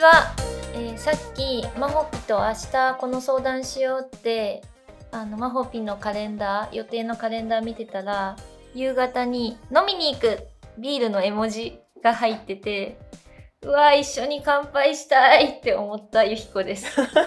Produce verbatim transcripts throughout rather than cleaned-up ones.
は、えー、さっきマホピと明日この相談しようってあのマホピのカレンダー予定のカレンダー見てたら夕方に飲みに行くビールの絵文字が入ってて、うわ一緒に乾杯したいって思ったゆひこです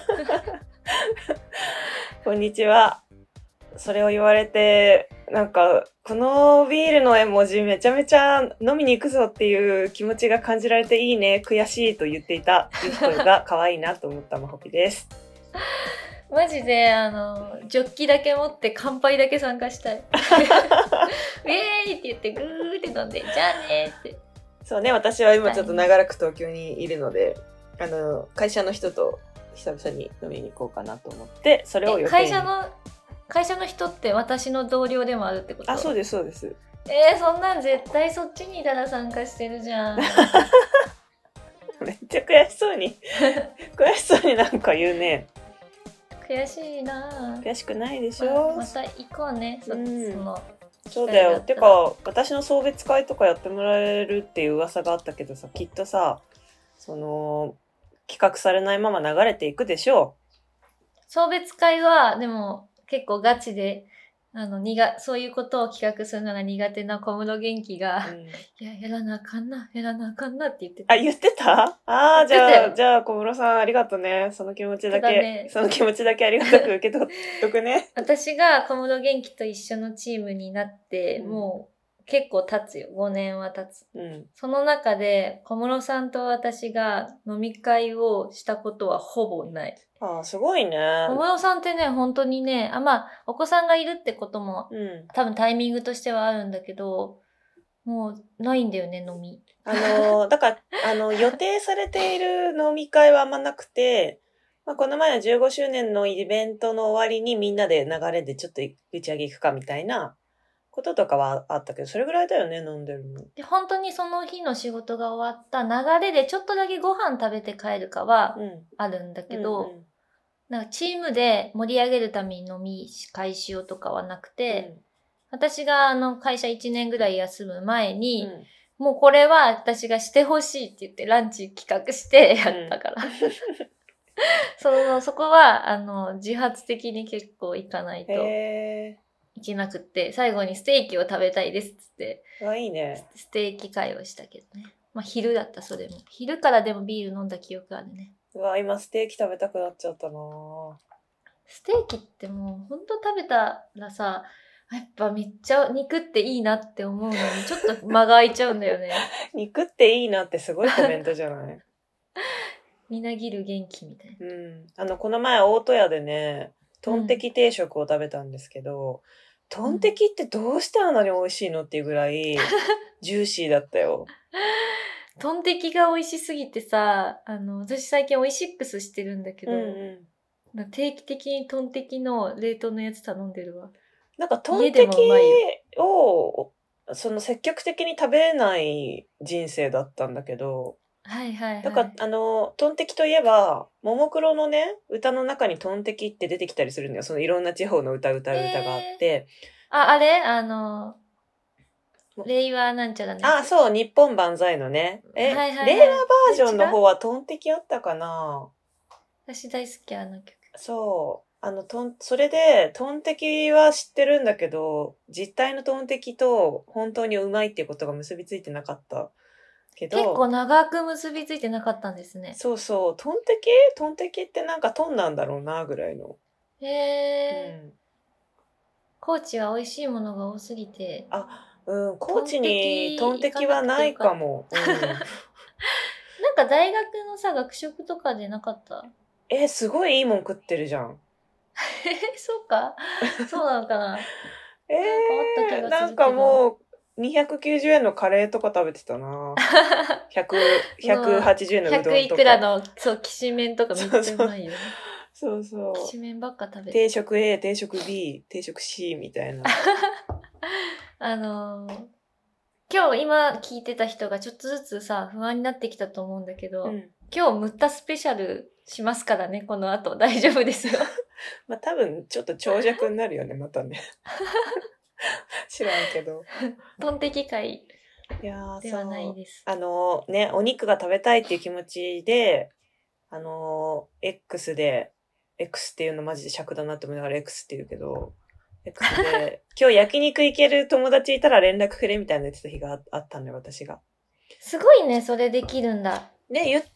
こんにちは。それを言われてなんかこのビールの絵文字めちゃめちゃ飲みに行くぞっていう気持ちが感じられていいね、悔しいと言っていたゆひこが可愛いなと思ったまほぴですマジであのジョッキだけ持って乾杯だけ参加したいウェーイって言ってグーって飲んでじゃあねって。 そうね、私は今ちょっと長らく東京にいるので、あの会社の人と久々に飲みに行こうかなと思って、それを予定に。 会社の会社の人って私の同僚でもあるってこと？ あ、そうですそうです。 えー、そんなん絶対そっちにいたら参加してるじゃんめっちゃ悔しそうに悔しそうになんか言うね。 悔しいな。 悔しくないでしょ、 ま、また行こうね、そ、うん、そのそうだよ。てか私の送別会とかやってもらえるっていう噂があったけどさ、きっとさ、その企画されないまま流れていくでしょう。 送別会はでも結構ガチであの苦そういうことを企画するのが苦手な小室元気が、うん、いややらなあかんなやらなあかんなって言ってた。 あ、言ってた？ああ、じゃあじゃあ小室さんありがとうね。その気持ちだけ、ね、その気持ちだけありがたく受け取っとくね私が小室元気と一緒のチームになって、うん、もう結構経つよ。ごねんは経つ、うん、その中で小室さんと私が飲み会をしたことはほぼない。 ああ、すごいね。 小室さんってね、本当にね、あ、まあ、お子さんがいるってことも、うん、多分タイミングとしてはあるんだけど、もう、ないんだよね、飲み。 あの、だから、あの、予定されている飲み会はあんまなくて、まあ、この前のじゅうごしゅうねんのイベントの終わりにみんなで流れでちょっと打ち上げ行くかみたいなこととかはあったけど、それぐらいだよね、飲んでるの。 で、本当にその日の仕事が終わった流れでちょっとだけご飯食べて帰るかはあるんだけど、うんうんうん、なんかチームで盛り上げるために飲み会しようとかはなくて、うん、私があの会社いちねんぐらい休む前に、うん、もうこれは私がしてほしいって言ってランチ企画してやったから。うん、そのそこはあの自発的に結構行かないといけなくって、最後にステーキを食べたいですっつって、 あ、いいね。 ステーキ会をしたけどね。まあ昼だったそれも。昼からでもビール飲んだ記憶あるね。 うわ、今ステーキ食べたくなっちゃったな。 ステーキってもうほんと食べたらさ、やっぱめっちゃ肉っていいなって思うのにちょっと間が空いちゃうんだよね。 肉っていいなってすごいコメントじゃないみなぎる元気みたいな。 うん。あの、この前大戸屋でね、トンテキ定食を食べたんですけど、うん、トンテキってどうしてあんなに美味しいのっていうぐらいジューシーだったよ。 トンテキが美味しすぎてさ、あの、私最近オイシックスしてるんだけど、うんうん、定期的にトンテキの冷凍のやつ頼んでるわ。 なんかトンテキを、その積極的に食べれない人生だったんだけど、 はいはいはい。 だから、あの、トンテキといえば、ももクロのね、歌の中にトンテキって出てきたりするんだよ。そのいろんな地方の歌歌う歌があって。えー、あ、あれあの、令和なんちゃらね。 あ、そう、日本万歳のね。え、はいはいはい、令和バージョンの方はトンテキあったかな？ 私大好き、あの曲。 そう。あの、トン、それで、トンテキは知ってるんだけど、実態のトンテキと本当にうまいっていうことが結びついてなかったけど。 結構長く結びついてなかったんですね。 そうそう。トンテキトンテキってなんかトンなんだろうな、ぐらいの。 へー。うん、高知は美味しいものが多すぎて。 あ、うん、高知にトンテキはないかも。うん、 なんか大学のさ、学食とかでなかった？ え、すごいいいもん食ってるじゃん。 え、そうか？そうなのかなえー、なんかなんかもう、にひゃくきゅうじゅうえんのカレーとか食べてたな。ひゃく、ひゃくはちじゅうえんのうどんとか。 ひゃくいくらの、そう、きしめんとかめっちゃうまいよね。 そうそう。 きしめんばっか食べて。 定食 A、定食 B、定食 C みたいな。 あのー、今日今聞いてた人がちょっとずつさ、不安になってきたと思うんだけど、うん、今日ムッタスペシャルしますからね、この後。大丈夫ですよ。 まあ多分ちょっと長尺になるよね、またね。知らんけど。 トンテキ会ではないです。 あのね、お肉が食べたいっていう気持ちで、 あのー、X で、X っていうのマジで尺だなって思いながら X って言うけど、X で、今日焼肉行ける友達いたら連絡くれみたいな言ってた日があったのよ、私が。 すごいね、それできるんだ。 で、言って、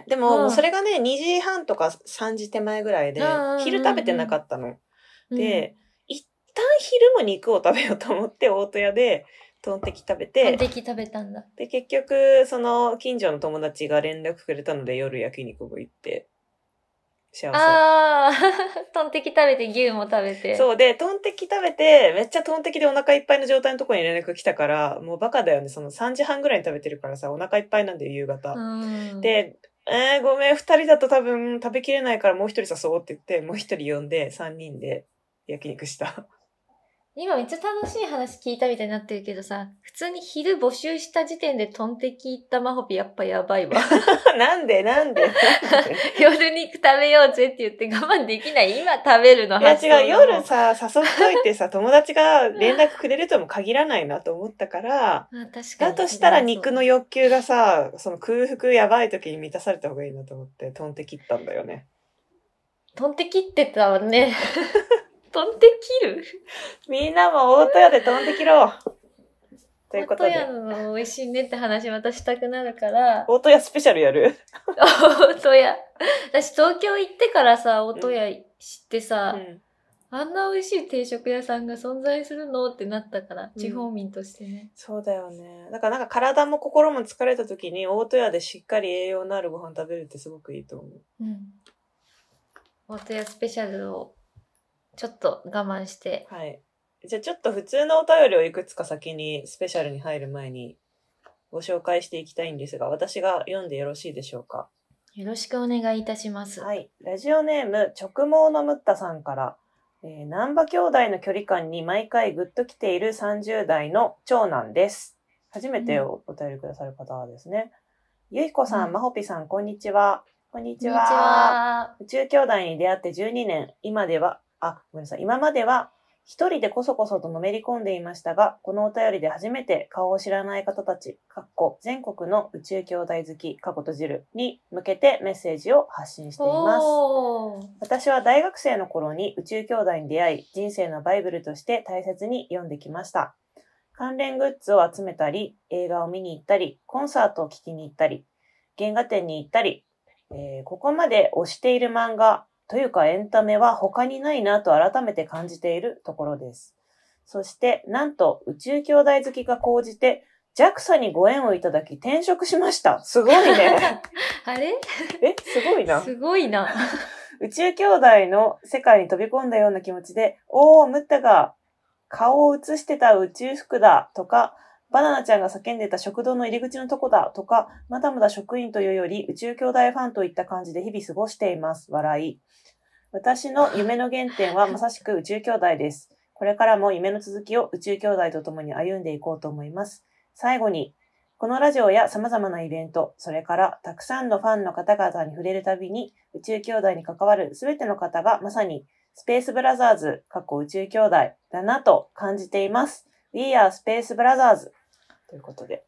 でも、もうそれがね、にじはんとかさんじ手前ぐらいで、昼食べてなかったの。で、一旦昼も肉を食べようと思って、大戸屋で、トンテキ食べて。 トンテキ食べたんだ。 で、結局、その、近所の友達が連絡くれたので、夜焼肉も行って、幸せ。 ああ、トンテキ食べて、牛も食べて。 そうで、トンテキ食べて、めっちゃトンテキでお腹いっぱいの状態のところに連絡来たから、もうバカだよね。そのさんじはんぐらいに食べてるからさ、お腹いっぱいなんだよ、夕方。で、えー、ごめん、二人だと多分食べきれないからもう一人誘おうって言って、もう一人呼んで、三人で焼肉した。 今めっちゃ楽しい話聞いたみたいになってるけどさ、普通に昼募集した時点でトンテキ行ったマホピやっぱやばいわ。 なんでなんでなんで夜肉食べようぜって言って我慢できない。今食べるの発想の。いや違う、夜さ、誘っといてさ、友達が連絡くれるとも限らないなと思ったから、 あ確かにだとしたら肉の欲求がさ、その空腹やばい時に満たされた方がいいなと思って、トンテキったんだよね。 トンテキってたわね。トンテ切るみんなも大戸屋でトンテ切ろうということで。 大戸屋の美味しいねって話またしたくなるから。 大戸屋スペシャルやる大戸屋。私東京行ってからさ、大戸屋知ってさ、うん、あんな美味しい定食屋さんが存在するのってなったから、地方民としてね、 うん。そうだよね。だからなんか体も心も疲れた時に大戸屋でしっかり栄養のあるご飯食べるってすごくいいと思う。うん。 大戸屋スペシャルをちょっと我慢して。 はい。じゃあちょっと普通のお便りをいくつか先にスペシャルに入る前にご紹介していきたいんですが、私が読んでよろしいでしょうか。 よろしくお願いいたします。 はい。ラジオネーム、直毛のムッタさんから、えー、南波兄弟の距離感に毎回グッと来ているさんじゅう代の長男です。初めて お,、うん、お便りくださる方ですね。ゆいこさん、まほぴさん、こんにちは。こんにちは。こんにちは。宇宙兄弟に出会ってじゅうにねん、今では、あ、ごめんなさい。今までは一人でこそこそとのめり込んでいましたが、このお便りで初めて顔を知らない方たち、かっこ全国の宇宙兄弟好き、かっこ閉じるに向けてメッセージを発信しています。私は大学生の頃に宇宙兄弟に出会い、人生のバイブルとして大切に読んできました。関連グッズを集めたり、映画を見に行ったり、コンサートを聴きに行ったり、原画展に行ったり、えー、ここまで推している漫画、というかエンタメは他にないなと改めて感じているところです。そして、なんと宇宙兄弟好きが高じて ジャクサ にご縁をいただき転職しました。すごいね。 あれえ、すごいな。 すごいな。 宇宙兄弟の世界に飛び込んだような気持ちで、おー、ムッタが顔を映してた宇宙服だとか、バナナちゃんが叫んでた食堂の入り口のとこだとか、まだまだ職員というより宇宙兄弟ファンといった感じで日々過ごしています。笑い。私の夢の原点はまさしく宇宙兄弟です。これからも夢の続きを宇宙兄弟と共に歩んでいこうと思います。最後に、このラジオや様々なイベント、それからたくさんのファンの方々に触れるたびに、宇宙兄弟に関わるすべての方がまさにスペースブラザーズ、かっこ宇宙兄弟だなと感じています。We are Space Brothers。ということで。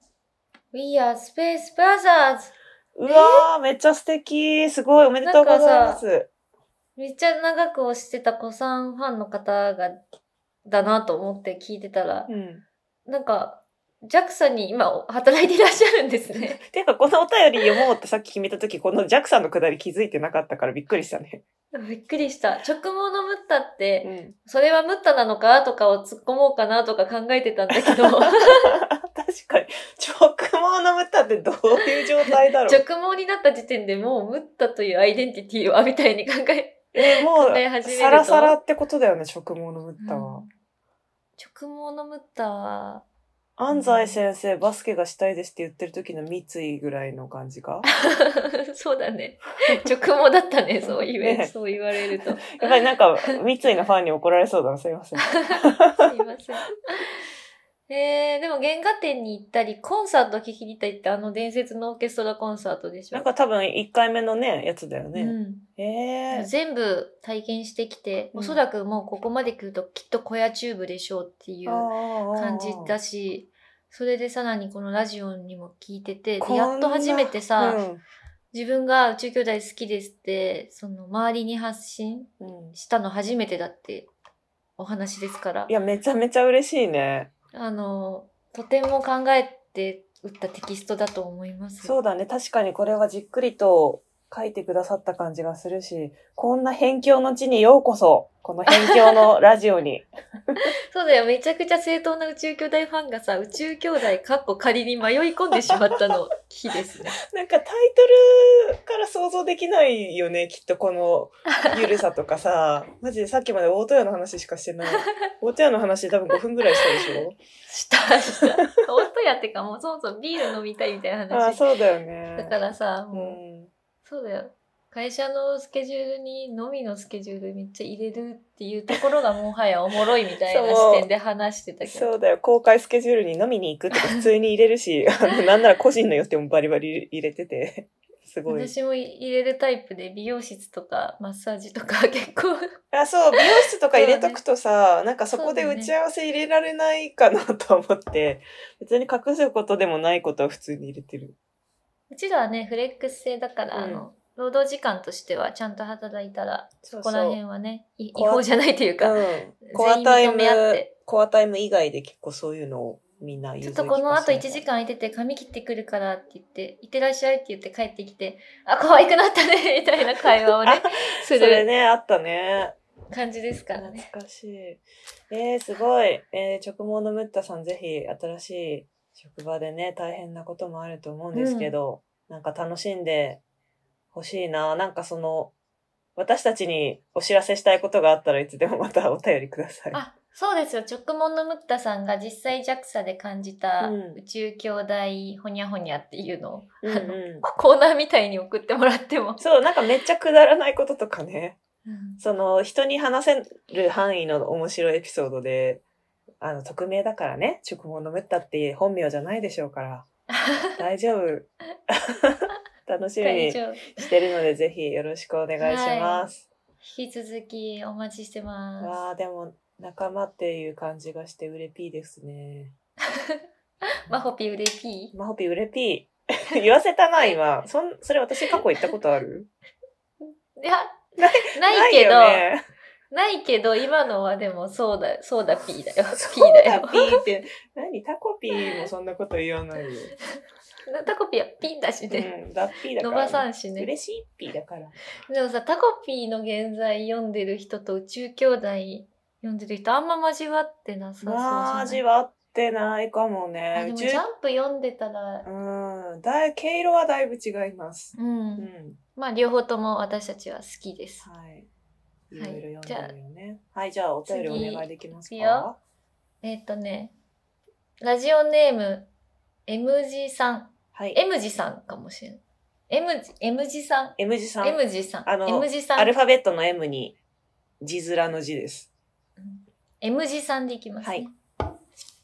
We are Space Brothers。 うわー、めっちゃ素敵。すごい、おめでとうございます。 めっちゃ長く推してた子さんファンの方が、だなと思って聞いてたら、うん、なんか、ジャクサ に今働いていらっしゃるんですね。 ていうか、このお便り読もうってさっき決めたとき、この ジャクサ のくだり気づいてなかったからびっくりしたね。 びっくりした。直毛のムッタって、うん、それはムッタなのかとかを突っ込もうかなとか考えてたんだけど。確かに。直毛のムッタってどういう状態だろう。 直毛になった時点でもうムッタというアイデンティティはみたいに考え、 えー、もう、サラサラってことだよね、直毛のムッタは。うん、 直毛のムッタは、 安西先生、うん、バスケがしたいですって言ってる時の三井ぐらいの感じかそうだね。直毛だったね、そう言え、ね、そう言われると。やっぱりなんか、三井のファンに怒られそうだな、すいません。すいません。えー、でも原画展に行ったり、コンサート聴きに行ったりってあの伝説のオーケストラコンサートでしょ。 なんか多分いっかいめのね、やつだよね。うん、 えー、全部体験してきて、うん、おそらくもうここまで来るときっと小屋チューブでしょうっていう感じだし、それでさらにこのラジオにも聞いてて、でやっと初めてさ、うん、 自分が宇宙兄弟好きですって、その周りに発信したの初めてだってお話ですから。 いや、めちゃめちゃ嬉しいね。 あの、とても考えて打ったテキストだと思います。 そうだね。確かにこれはじっくりと書いてくださった感じがするし、こんな辺境の地にようこそ、この辺境のラジオに。 そうだよ。めちゃくちゃ正当な宇宙兄弟ファンがさ、宇宙兄弟かっこ仮に迷い込んでしまったの日ですね。 なんかタイトルから想像できないよね、きっとこのゆるさとかさ。マジでさっきまで大戸屋の話しかしてない。大戸屋の話多分ごふんぐらいしたでしょしたした。大戸屋ってかもうそもそもビール飲みたいみたいな話。 ああ、そうだよね。 だからさ、もう、 うん、 そうだよ。会社のスケジュールに飲みのスケジュールめっちゃ入れるっていうところがもはやおもろいみたいな視点で話してたけど。 そうだよ。公開スケジュールに飲みに行くとか普通に入れるし、あの、なんなら個人の予定もバリバリ入れてて、すごい。 私も入れるタイプで美容室とかマッサージとか結構。 あ、そう、美容室とか入れとくとさ、ね、なんかそこで打ち合わせ入れられないかなと思って、ね、別に隠すことでもないことは普通に入れてる。 うちらはね、フレックス制だから、うん、あの、労働時間としてはちゃんと働いたら、そこら辺はね、違法じゃないというか、うん、 コアタイム、コアタイム以外で結構そういうのをみんなちょっとこの後いちじかん空いてて髪切ってくるからって言って、いってらっしゃいって言って帰ってきて、あ、可愛くなったねみたいな会話をね、する。 それね、あったね。 感じですからね。 懐かしい。えー、すごい。えー、直毛のムッタさんぜひ新しい職場でね、大変なこともあると思うんですけど、うん、なんか楽しんで欲しいな。なんかその、私たちにお知らせしたいことがあったらいつでもまたお便りください。 あ、そうですよ。直毛のムッタさんが実際 ジャクサ で感じた宇宙兄弟ほにゃほにゃっていうのを、うんうん、コーナーみたいに送ってもらっても。 そう、なんかめっちゃくだらないこととかね。うん、その人に話せる範囲の面白いエピソードで、あの、匿名だからね、直毛のムッタって本名じゃないでしょうから。大丈夫。楽しみにしてるので、ぜひよろしくお願いします。 はい、引き続きお待ちしてます。 わあ、でも仲間っていう感じがしてうれぴーですね。 マホピうれぴーマホピうれぴー言わせたな、今。そん、それ私過去言ったことある？ いや、ない、ないけど、ない、ね、ないけど、今のはでもそうだ、そうだピーだよ。ピーだよ。 ピーって、何タコピーもそんなこと言わないよ。 タコピーはピンだしね。 うん、ダッピーだから、 ね。伸ばさんしね。 嬉しいピーだから。 でもさ、タコピーの現在読んでる人と宇宙兄弟読んでる人あんま交わってなさそうじゃない？ 交わってないかもね。 あ、でもジャンプ読んでたら。 うん。だい、毛色はだいぶ違います。 うん。うん、まあ、両方とも私たちは好きです。 はい。いろいろ読んでるよね。はい、はい、じゃあお便りお願いできますか？ えっとね、ラジオネーム、M 字さん。はい。M 字さんかもしれない。M 字、M 字さん。 M 字さん。 M 字さん。 あの、 M 字さん。 アルファベットの M に字面の字です。 うん、M 字さんでいきますね。はい。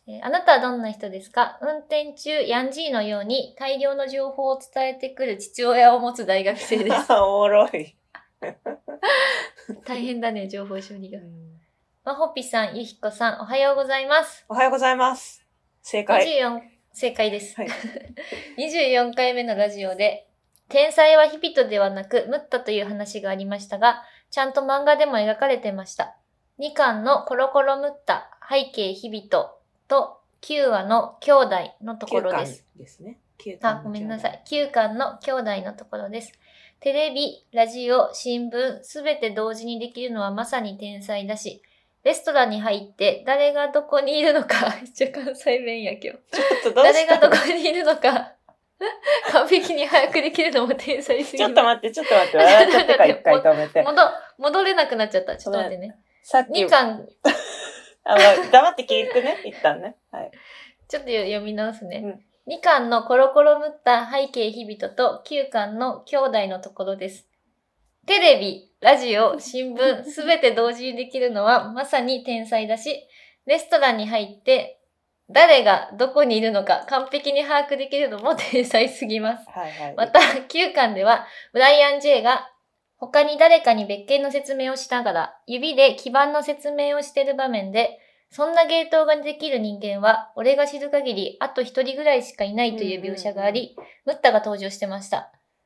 えー、あなたはどんな人ですか？運転中、ヤンジーのように大量の情報を伝えてくる父親を持つ大学生です。 おもろい。 大変だね、情報処理が。うん、まほぴさん、ゆひこさん、おはようございます。 おはようございます。正解。 にじゅうよん、正解です。はい、にじゅうよんかいめのラジオで、天才はヒビトではなくムッタという話がありましたが、ちゃんと漫画でも描かれてました。にかんのコロコロムッタ、背景ヒビトときゅうわの兄弟のところです。 きゅうかんですね。きゅうかん。あ、ごめんなさい。きゅうかんの兄弟のところです。テレビ、ラジオ、新聞、すべて同時にできるのはまさに天才だし、レストランに入って誰がどこにいるのか、めっちゃ関西弁や今日。ちょっとどうした？ 誰がどこにいるのか、完璧に把握できるのも天才すぎる。 ちょっと待って、ちょっと待って、笑っちゃってから一回止めて。 戻、戻れなくなっちゃった。ちょっと待ってね。 さっき。 にかん。 あ、黙って聞くね、一旦ね。はい。 ちょっと読み直すね。うん、にかんのコロコロムッタ背景ヒビトときゅうかんの兄弟のところです。テレビ、ラジオ、新聞、すべて同時にできるのはまさに天才だし、レストランに入って誰がどこにいるのか完璧に把握できるのも天才すぎます。 はいはい、 また、きゅうかんではブライアン・ジェイが他に誰かに別件の説明をしながら指で基板の説明をしている場面で、そんな芸当ができる人間は俺が知る限りあと一人ぐらいしかいないという描写があり、ムッタが登場してました。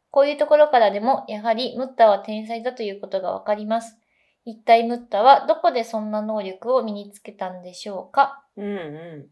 こういうところからでも、やはりムッタは天才だということがわかります。一体ムッタはどこでそんな能力を身につけたんでしょうか？ うんうん。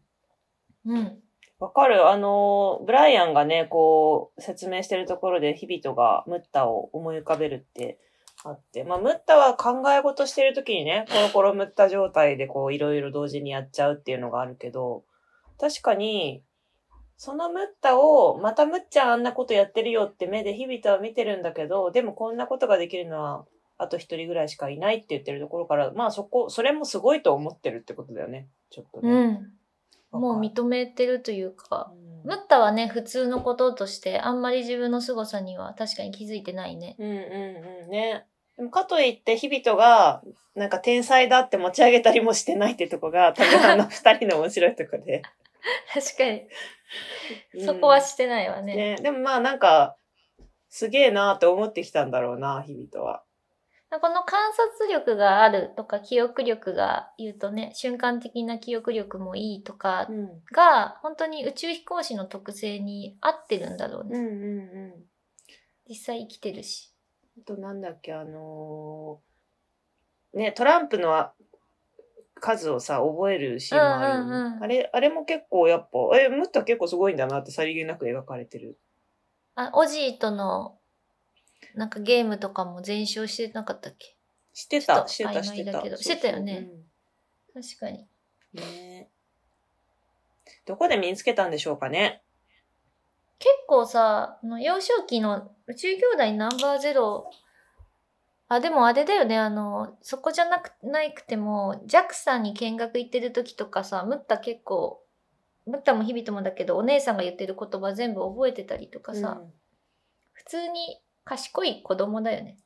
うん。 わかる。あの、ブライアンがね、こう、説明してるところで、ヒビトがムッタを思い浮かべるってあって、まあ、ムッタは考え事してるときにね、コロコロムッタ状態でこう、いろいろ同時にやっちゃうっていうのがあるけど、確かに、そのムッタを、またムッちゃんあんなことやってるよって目でヒビトは見てるんだけど、でもこんなことができるのは、あと一人ぐらいしかいないって言ってるところから、まあそこ、それもすごいと思ってるってことだよね。ちょっとね。 うん。もう認めてるというか、うん、ムッタはね、普通のこととして、あんまり自分の凄さには確かに気づいてないね。 うんうんうんね。でもかといって、ヒビトが、なんか天才だって持ち上げたりもしてないってとこが、多分あの二人の面白いとこで。 確かに。そこはしてないわね。うん、 ね。でもまあなんか、すげえなーって思ってきたんだろうな、ヒビトは。 この観察力があるとか記憶力が言うとね、瞬間的な記憶力もいいとかが、本当に宇宙飛行士の特性に合ってるんだろうね。 うんうんうん、 実際生きてるし。 あとなんだっけ、あのー、ね、トランプの数をさ、覚えるシーンもあるよね、うんうんうん。あれ、あれも結構やっぱ、え、ムッタ結構すごいんだなってさりげなく描かれてる。 あ、オジーとのなんかゲームとかも全勝してなかったっけ？ してた、してた、してた。 してたよね。うん、確かに。 ね、どこで身につけたんでしょうかね。 結構さ、幼少期の宇宙兄弟ナンバーゼロ、あ、でもあれだよね、あの、そこじゃなく、なくても、ジャクさんに見学行ってる時とかさ、ムッタ結構、ムッタもヒビトもだけど、お姉さんが言ってる言葉全部覚えてたりとかさ、うん、普通に、賢い子供だよね。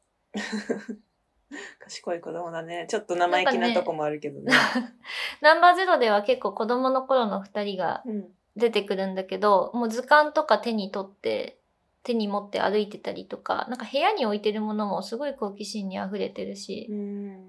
賢い子供だね。ちょっと生意気なとこもあるけどね。 ねナンバーゼロでは結構子供の頃の二人が出てくるんだけど、うん、もう図鑑とか手に取って、手に持って歩いてたりとか、なんか部屋に置いてるものもすごい好奇心に溢れてるし、うん、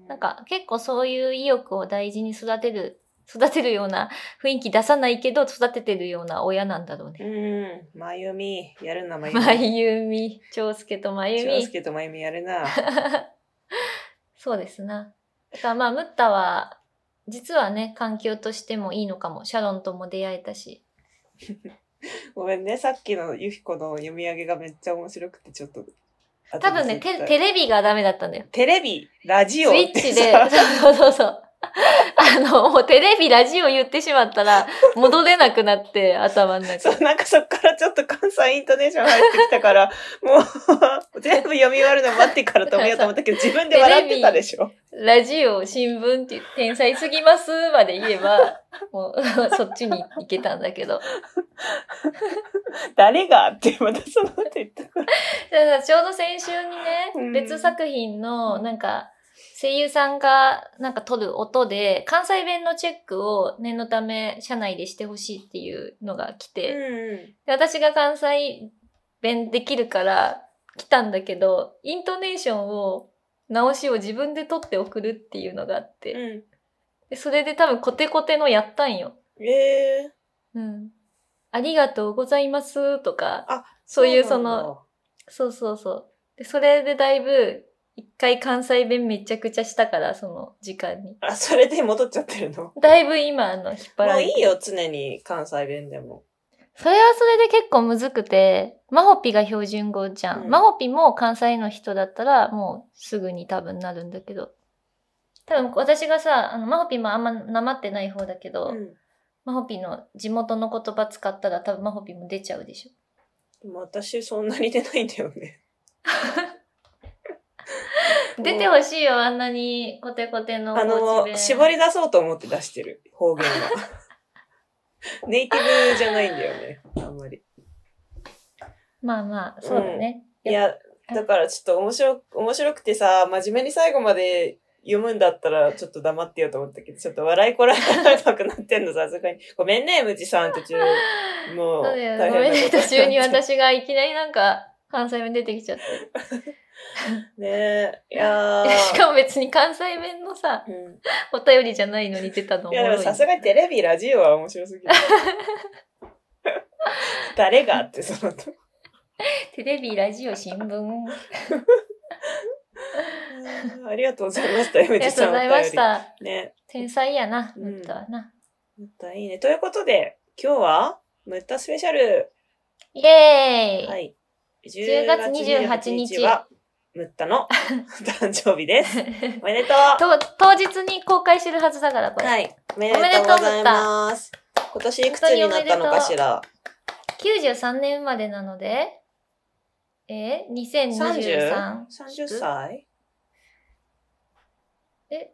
なんか結構そういう意欲を大事に育てる育てるような雰囲気出さないけど育ててるような親なんだろうね。うん。まゆみ。やるな、まゆみ。 まゆみ。長介とまゆみ。 長介とまゆみやるな。 そうですな。だからまあ、ムッタは、実はね、環境としてもいいのかも。シャロンとも出会えたし。 ごめんね。さっきのユフコの読み上げがめっちゃ面白くて、ちょっと。 多分ね、テ、テレビがダメだったんだよ。 テレビ、ラジオスイッチで、そうそうそう。あの、もうテレビ、ラジオ言ってしまったら、戻れなくなって、頭の中。 そう、なんかそっからちょっと関西イントネーション入ってきたから、もう、全部読み終わるの待ってから止めようと思ったけど、自分で笑ってたでしょ。 ラジオ、新聞って天才すぎますまで言えば、もう、そっちに行けたんだけど。 誰がってまたそのこと言ったから。 だからちょうど先週にね、うん、別作品の、なんか、声優さんがなんか撮る音で関西弁のチェックを念のため社内でしてほしいっていうのが来て、うんうん、で私が関西弁できるから来たんだけど、イントネーションを直しを自分で取って送るっていうのがあって、うん、でそれで多分コテコテのやったんよ。 えー、うん。ありがとうございますとか、あ、そういうその、そうそうそう。でそれでだいぶ一回関西弁めちゃくちゃしたから、その時間に。 あ、それで戻っちゃってるの？ だいぶ今、あの、引っ張られて。 もういいよ、常に関西弁でも。 それはそれで結構むずくて、マホピが標準語じゃん。うん、マホピも関西の人だったら、もうすぐに多分なるんだけど。多分私がさ、あの、マホピもあんまなまってない方だけど、うん、マホピの地元の言葉使ったら多分マホピも出ちゃうでしょ。 でも私そんなに出ないんだよね。 出てほしいよ、あんなにコテコテのあの、絞り出そうと思って出してる、方言は。ネイティブじゃないんだよね、あんまり。 まあまあ、そうだね。 うん、いや、だからちょっと面白、面白くてさ、真面目に最後まで読むんだったらちょっと黙ってよと思ったけど、ちょっと笑いこらえなくなってんの、さすがに。ごめんね、ムチさん途中。もう、大変なことごめんね、途中に私がいきなりなんか、関西弁出てきちゃって。 ねえ、いやー。 しかも別に関西弁のさ、うん、お便りじゃないのに出たのも。 いやでもさすがにテレビ、ラジオは面白すぎる。誰がってそのと。 テレビ、ラジオ、新聞。 ありがとうございました。ありがとうございました。 ね。 天才やな、ムッタはな。 ムッタいいね。ということで、今日は、ムッタスペシャル。 イェーイ。 はい。じゅうがつにじゅうはちにちは、ムッタの誕生日です。おめでとう。 と当日に公開してるはずだから、これ。 はい。おめでとうございます。今年いくつになったのかしら。 きゅうじゅうさんねん生まれなので、えー、にせんにじゅうさん。 さんじゅっさいえ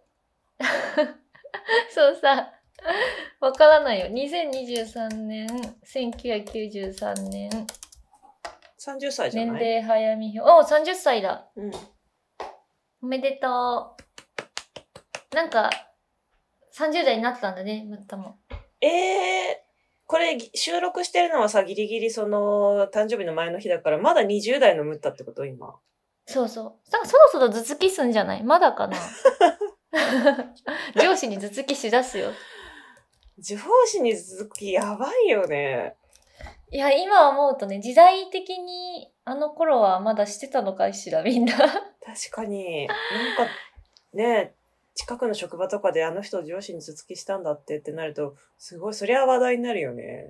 そうさ、わからないよ。にせんにじゅうさんねん、せんきゅうひゃくきゅうじゅうさんねん。 さんじゅっさいじゃない？ 年齢早見表。お、さんじゅっさいだ。 うん。 おめでとう。なんか、さんじゅう代になったんだね、ムッタも。 ええー、これ収録してるのはさ、ギリギリその、誕生日の前の日だから、まだにじゅう代のムッタってこと今。 そうそう。そろそろ頭突きすんじゃない？まだかな上司に頭突きしだすよ。 上司に頭突きやばいよね。 いや、今思うとね、時代的にあの頃はまだしてたのかしら、みんな。確かに。なんか、ね、近くの職場とかであの人上司に頭突きしたんだってってなると、すごい、そりゃ話題になるよね。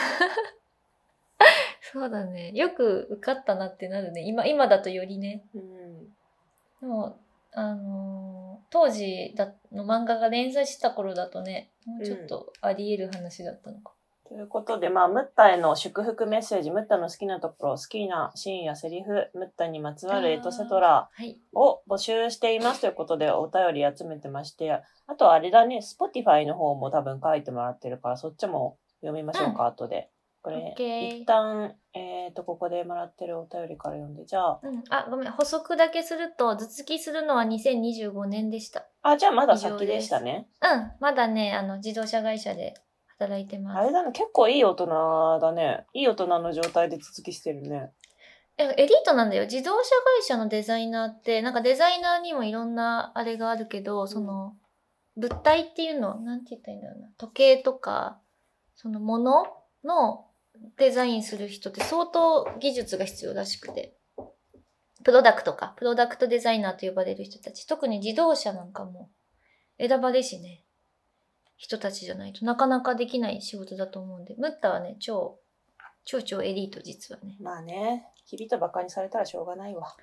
そうだね。よく受かったなってなるね。今、今だとよりね。うん。でも、あのー、当時だの漫画が連載した頃だとね、もうちょっとあり得る話だったのか。 うん、ということで、まあ、ムッタへの祝福メッセージ、ムッタの好きなところ、好きなシーンやセリフ、ムッタにまつわるエトセトラを募集していますということで、お便り集めてまして、あとあれだね、Spotify の方も多分書いてもらってるから、そっちも読みましょうか、うん、後で。これ、一旦、えっと、ここでもらってるお便りから読んで、じゃあ。 うん。あ、ごめん。補足だけすると、頭突きするのはにせんにじゅうごねんでした。 あ、じゃあまだ先でしたね。 うん。まだね、あの、自動車会社で働いてます。 あれだね、結構いい大人だね。いい大人の状態で頭突きしてるね。 エリートなんだよ。自動車会社のデザイナーって、なんかデザイナーにもいろんなあれがあるけど、その、物体っていうの、なんて言ったらいいんだろうな。時計とか、そのものの、デザインする人って相当技術が必要らしくて。プロダクトか。プロダクトデザイナーと呼ばれる人たち。特に自動車なんかも選ばれしね。人たちじゃないとなかなかできない仕事だと思うんで。ムッタはね、超、超超エリート実はね。 まあね。日々とバカにされたらしょうがないわ。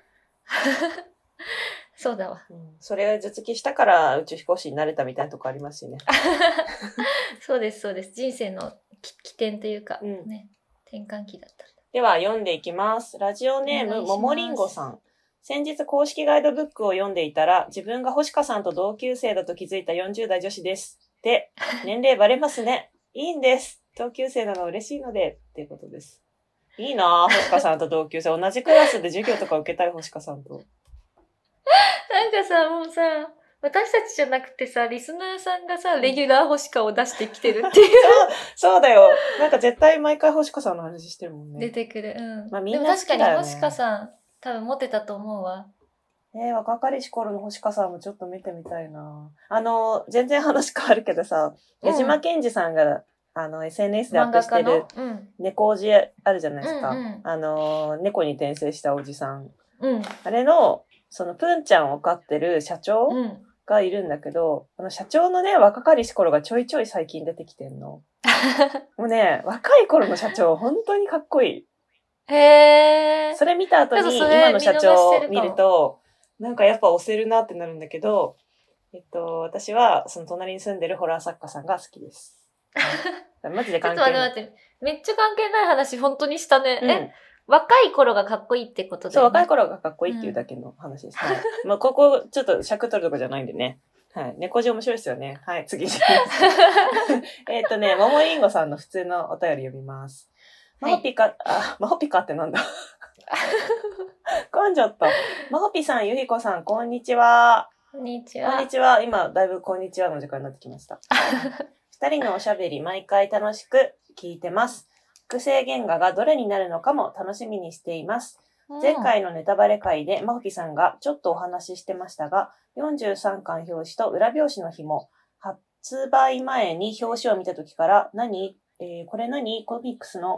そうだわ、 うん。それを頭突きしたから宇宙飛行士になれたみたいなとこありますしね。 そうです、そうです。人生の起点というか、うん、ね、転換期だった。 では読んでいきます。ラジオネームももりんごさん。先日公式ガイドブックを読んでいたら、自分が星香さんと同級生だと気づいたよんじゅう代女子です。で、年齢バレますね。いいんです。同級生なの嬉しいので、っていうことです。いいなぁ、星香さんと同級生。同じクラスで授業とか受けたい、星香さんと。 なんかさ、もうさ、私たちじゃなくてさ、リスナーさんがさ、レギュラー星香を出してきてるっていうそう。そうだよ。なんか絶対毎回星香さんの話してるもんね。 出てくる。うん。 まあみんな好きだよね。 でも確かに星香さん、多分モテたと思うわ。 えー、若かりし頃の星香さんもちょっと見てみたいな。あの、全然話変わるけどさ、うん、矢島健二さんが、あの、エスエヌエス でアップしてる、猫おじあるじゃないですか。うんうん、あの、猫に転生したおじさん。うん、あれの、その、プンちゃんを飼ってる社長、うんがいるんだけど、あの社長のね、若かりし頃がちょいちょい最近出てきてんの。もうね、若い頃の社長、本当にかっこいい。へー。それ見た後に、今の社長を見ると、なんかやっぱ押せるなってなるんだけど、えっと、私は、その隣に住んでるホラー作家さんが好きです。マジで関係ない。ちょっと待って待って。めっちゃ関係ない話、本当にしたね。うん、え若い頃がかっこいいってことだよね。そう、若い頃がかっこいいっていうだけの話です。うん、はい。まあ、ここ、ちょっと尺取るとかじゃないんでね。はい。猫字面白いですよね。はい、次。えっとね、ももりんごさんの普通のお便り読みます。まほぴか、はい、あ、まほぴかってなんだ噛んじゃった。まほぴさん、ゆひこさん、こんにちは。 こんにちは。 こんにちは。今、だいぶこんにちはの時間になってきました。二人のおしゃべり、毎回楽しく聞いてます。複製原画がどれになるのかも楽しみにしています。うん、前回のネタバレ会でまほぴさんがちょっとお話ししてましたが、よんじゅうさんかん表紙と裏表紙の紐、発売前に表紙を見た時から、何、えー、これ何コミックスの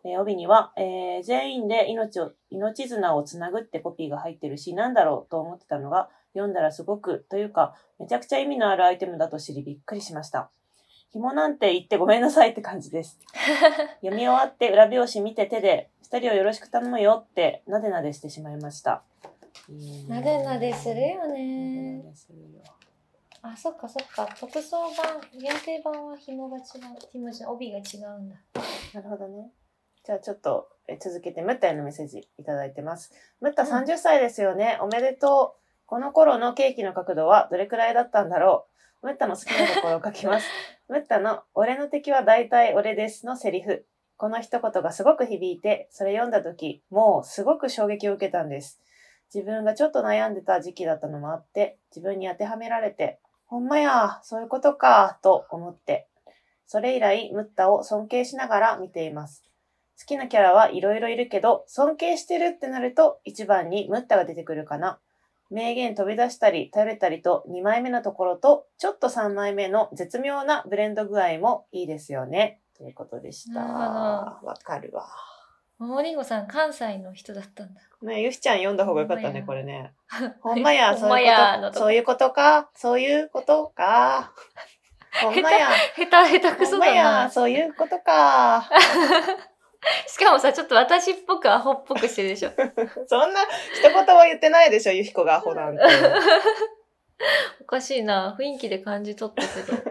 えー、帯には、えー、全員で命を、命綱をつなぐってコピーが入ってるし、なんだろうと思ってたのが、読んだらすごく、というか、めちゃくちゃ意味のあるアイテムだと知りびっくりしました。紐なんて言ってごめんなさいって感じです。読み終わって裏表紙見て手で、二人をよろしく頼むよってなでなでしてしまいました。 なでなでするよね。 なでなでするよ。 あ、そっかそっか。特装版、限定版は紐が違う。紐じゃ帯が違うんだ。 なるほどね。じゃあちょっとえ続けてムッタへのメッセージいただいてます。ムッタさんじゅっさいですよね。うん、おめでとう。この頃のケーキの角度はどれくらいだったんだろう。ムッタの好きなところを書きます。ムッタの俺の敵は大体俺ですのセリフ。この一言がすごく響いて、それ読んだ時、もうすごく衝撃を受けたんです。自分がちょっと悩んでた時期だったのもあって、自分に当てはめられて、ほんまや、そういうことか、と思って、それ以来、ムッタを尊敬しながら見ています。好きなキャラはいろいろいるけど、尊敬してるってなると、一番にムッタが出てくるかな。名言飛び出したり、頼れたりと、にまいめのところと、ちょっとさんまいめの絶妙なブレンド具合もいいですよね。ということでした。わかるわ。 ももりんごさん、関西の人だったんだ。 ね、ゆしちゃん読んだ方がよかったね、これね。ほんまや、そういうこと、そういうことか、そういうことか。ほんまや。 下手、下手くそだな。ほんまや、 そういうことか。 しかもさ、ちょっと私っぽくアホっぽくしてるでしょ。 そんな一言は言ってないでしょ、ゆひこがアホなんて。 おかしいな。雰囲気で感じ取ったけど。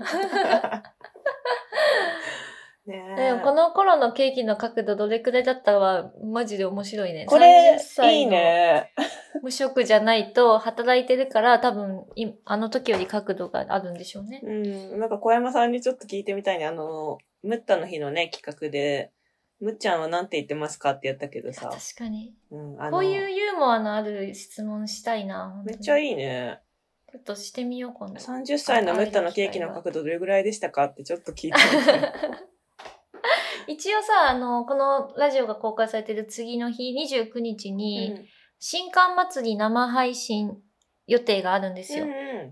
ね、でもこの頃のケーキの角度どれくらいだったかマジで面白いね。 これいいね。 無職じゃないと働いてるから多分あの時より角度があるんでしょうね。 うん。なんか小山さんにちょっと聞いてみたいね。あの、ムッタの日のね、企画で、むっちゃんはなんて言ってますかってやったけどさ。 確かに。 うん、 あのこういうユーモアのある質問したいな。 めっちゃいいね。 ちょっとしてみよう今度。 さんじゅっさいのムッタのケーキの角度どれぐらいでしたかってちょっと聞いてみたい。 一応さ、あの、このラジオが公開されてる次の日、にじゅうくにちに、うん、新刊祭り生配信予定があるんですよ。うんうん、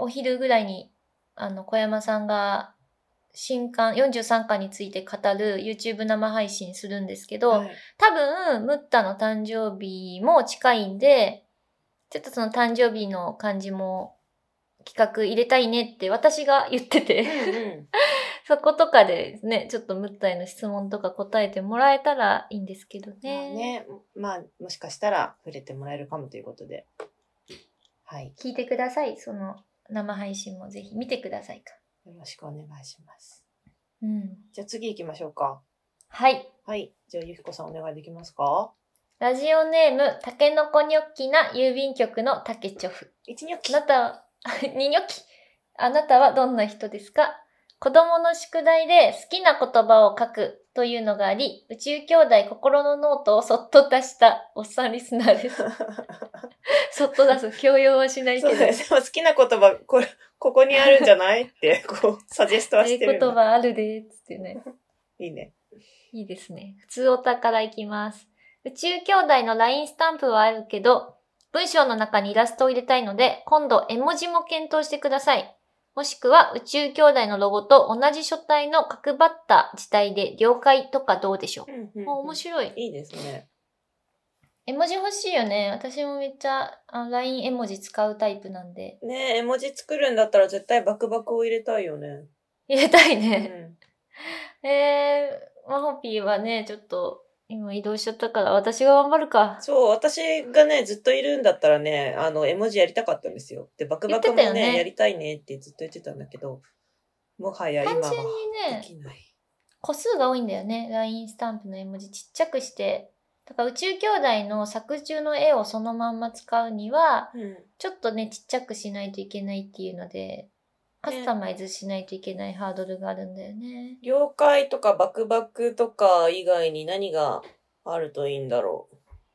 お昼ぐらいに、あの、小山さんが、新刊、よんじゅうさんかんについて語る YouTube 生配信するんですけど、はい、多分、ムッタの誕生日も近いんで、ちょっとその誕生日の感じも企画入れたいねって私が言ってて、うんうんそことかでね、ちょっとムッタへの質問とか答えてもらえたらいいんですけどね。 ね、まあ、もしかしたら触れてもらえるかもということで。 はい。聞いてください。その生配信もぜひ見てくださいか。 よろしくお願いします。 うん。 じゃあ次行きましょうか。 はい。 はい。じゃあゆひこさんお願いできますか？ ラジオネーム、たけのこニョッキな郵便局のたけちょふ。 いちニョッキ。 あなたは、にニョッキ。あなたはどんな人ですか？子供の宿題で好きな言葉を書くというのがあり、宇宙兄弟心のノートをそっと出したおっさんリスナーです。そっと出す。強要はしないけど。 そうです。でも好きな言葉、これ、ここにあるんじゃないって、こう、サジェストはしてるんだ。 言葉あるで、つってね。 いいね。 いいですね。普通お宝いきます。宇宙兄弟の ライン スタンプはあるけど、文章の中にイラストを入れたいので、今度絵文字も検討してください。もしくは宇宙兄弟のロゴと同じ書体の角張った字体で了解とかどうでしょう、うんうんうん、面白い。 いいですね。 絵文字欲しいよね。私もめっちゃあ ライン 絵文字使うタイプなんで。 ねえ、絵文字作るんだったら絶対バクバクを入れたいよね。 入れたいね。うん、えー、マホピーはね、ちょっと今移動しちゃったから私が頑張るか。 そう、私がね、ずっといるんだったらね、あの、絵文字やりたかったんですよ。で、バクバクもね、ねやりたいねってずっと言ってたんだけど、もはや今はできない。単純にね、 個数が多いんだよね。ライン スタンプの絵文字ちっちゃくして。だから宇宙兄弟の作中の絵をそのまんま使うには、うん、ちょっとね、ちっちゃくしないといけないっていうので、カスタマイズしないといけないハードルがあるんだよね。 了解とかバクバクとか以外に何があるといいんだろう。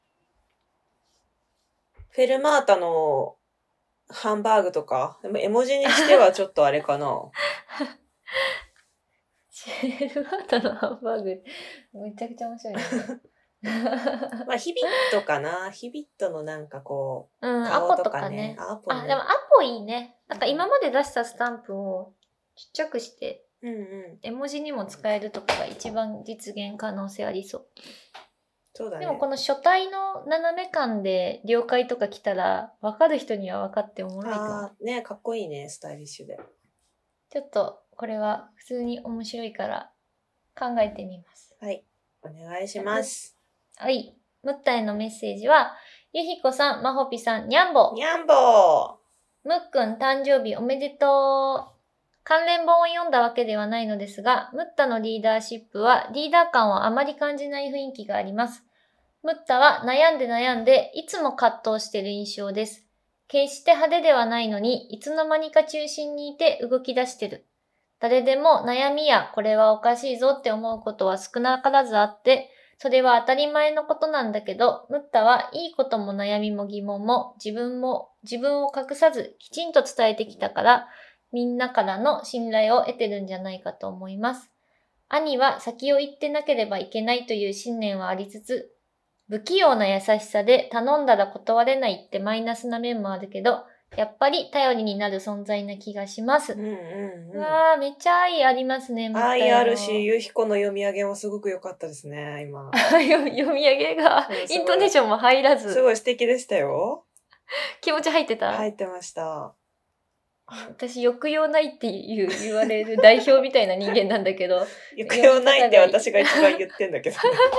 フェルマータのハンバーグとか、でも絵文字にしてはちょっとあれかな。 フェルマータのハンバーグ、めちゃくちゃ面白いね。 まあ、ヒビットかな。ヒビットのなんかこう、うん、アポとかね。アポね。あ、でもアポいいね。なんか今まで出したスタンプをちっちゃくしてうんうん、 絵文字にも使えるとかが一番実現可能性ありそう。 そうだね。 でもこの書体の斜め感で了解とか来たら分かる人には分かっておもろいかも。 あーね、かっこいいね、スタイリッシュで。 ちょっとこれは普通に面白いから考えてみます。 はい、お願いします。 はい、ムッタへのメッセージは、ゆひこさん、まほぴさん、にゃんぼ。 にゃんぼむっくん誕生日おめでとう。関連本を読んだわけではないのですが、ムッタのリーダーシップはリーダー感をあまり感じない雰囲気があります。ムッタは悩んで悩んでいつも葛藤している印象です。決して派手ではないのに、いつの間にか中心にいて動き出してる。誰でも悩みやこれはおかしいぞって思うことは少なからずあって、それは当たり前のことなんだけど、ムッタはいいことも悩みも疑問も自分も自分を隠さずきちんと伝えてきたから、みんなからの信頼を得てるんじゃないかと思います。兄は先を言ってなければいけないという信念はありつつ、不器用な優しさで頼んだら断れないってマイナスな面もあるけど、やっぱり頼りになる存在な気がします。 うんうんうん。 わー、めっちゃ愛ありますね、 愛あるし、ゆひこの読み上げもすごく良かったですね、今。 読み上げが、イントネーションも入らず。 すごい素敵でしたよ。 気持ち入ってた？ 入ってました。 私、抑揚ないって言う言われる代表みたいな人間なんだけど。 抑揚ないって私が一番言ってんだけど、ね。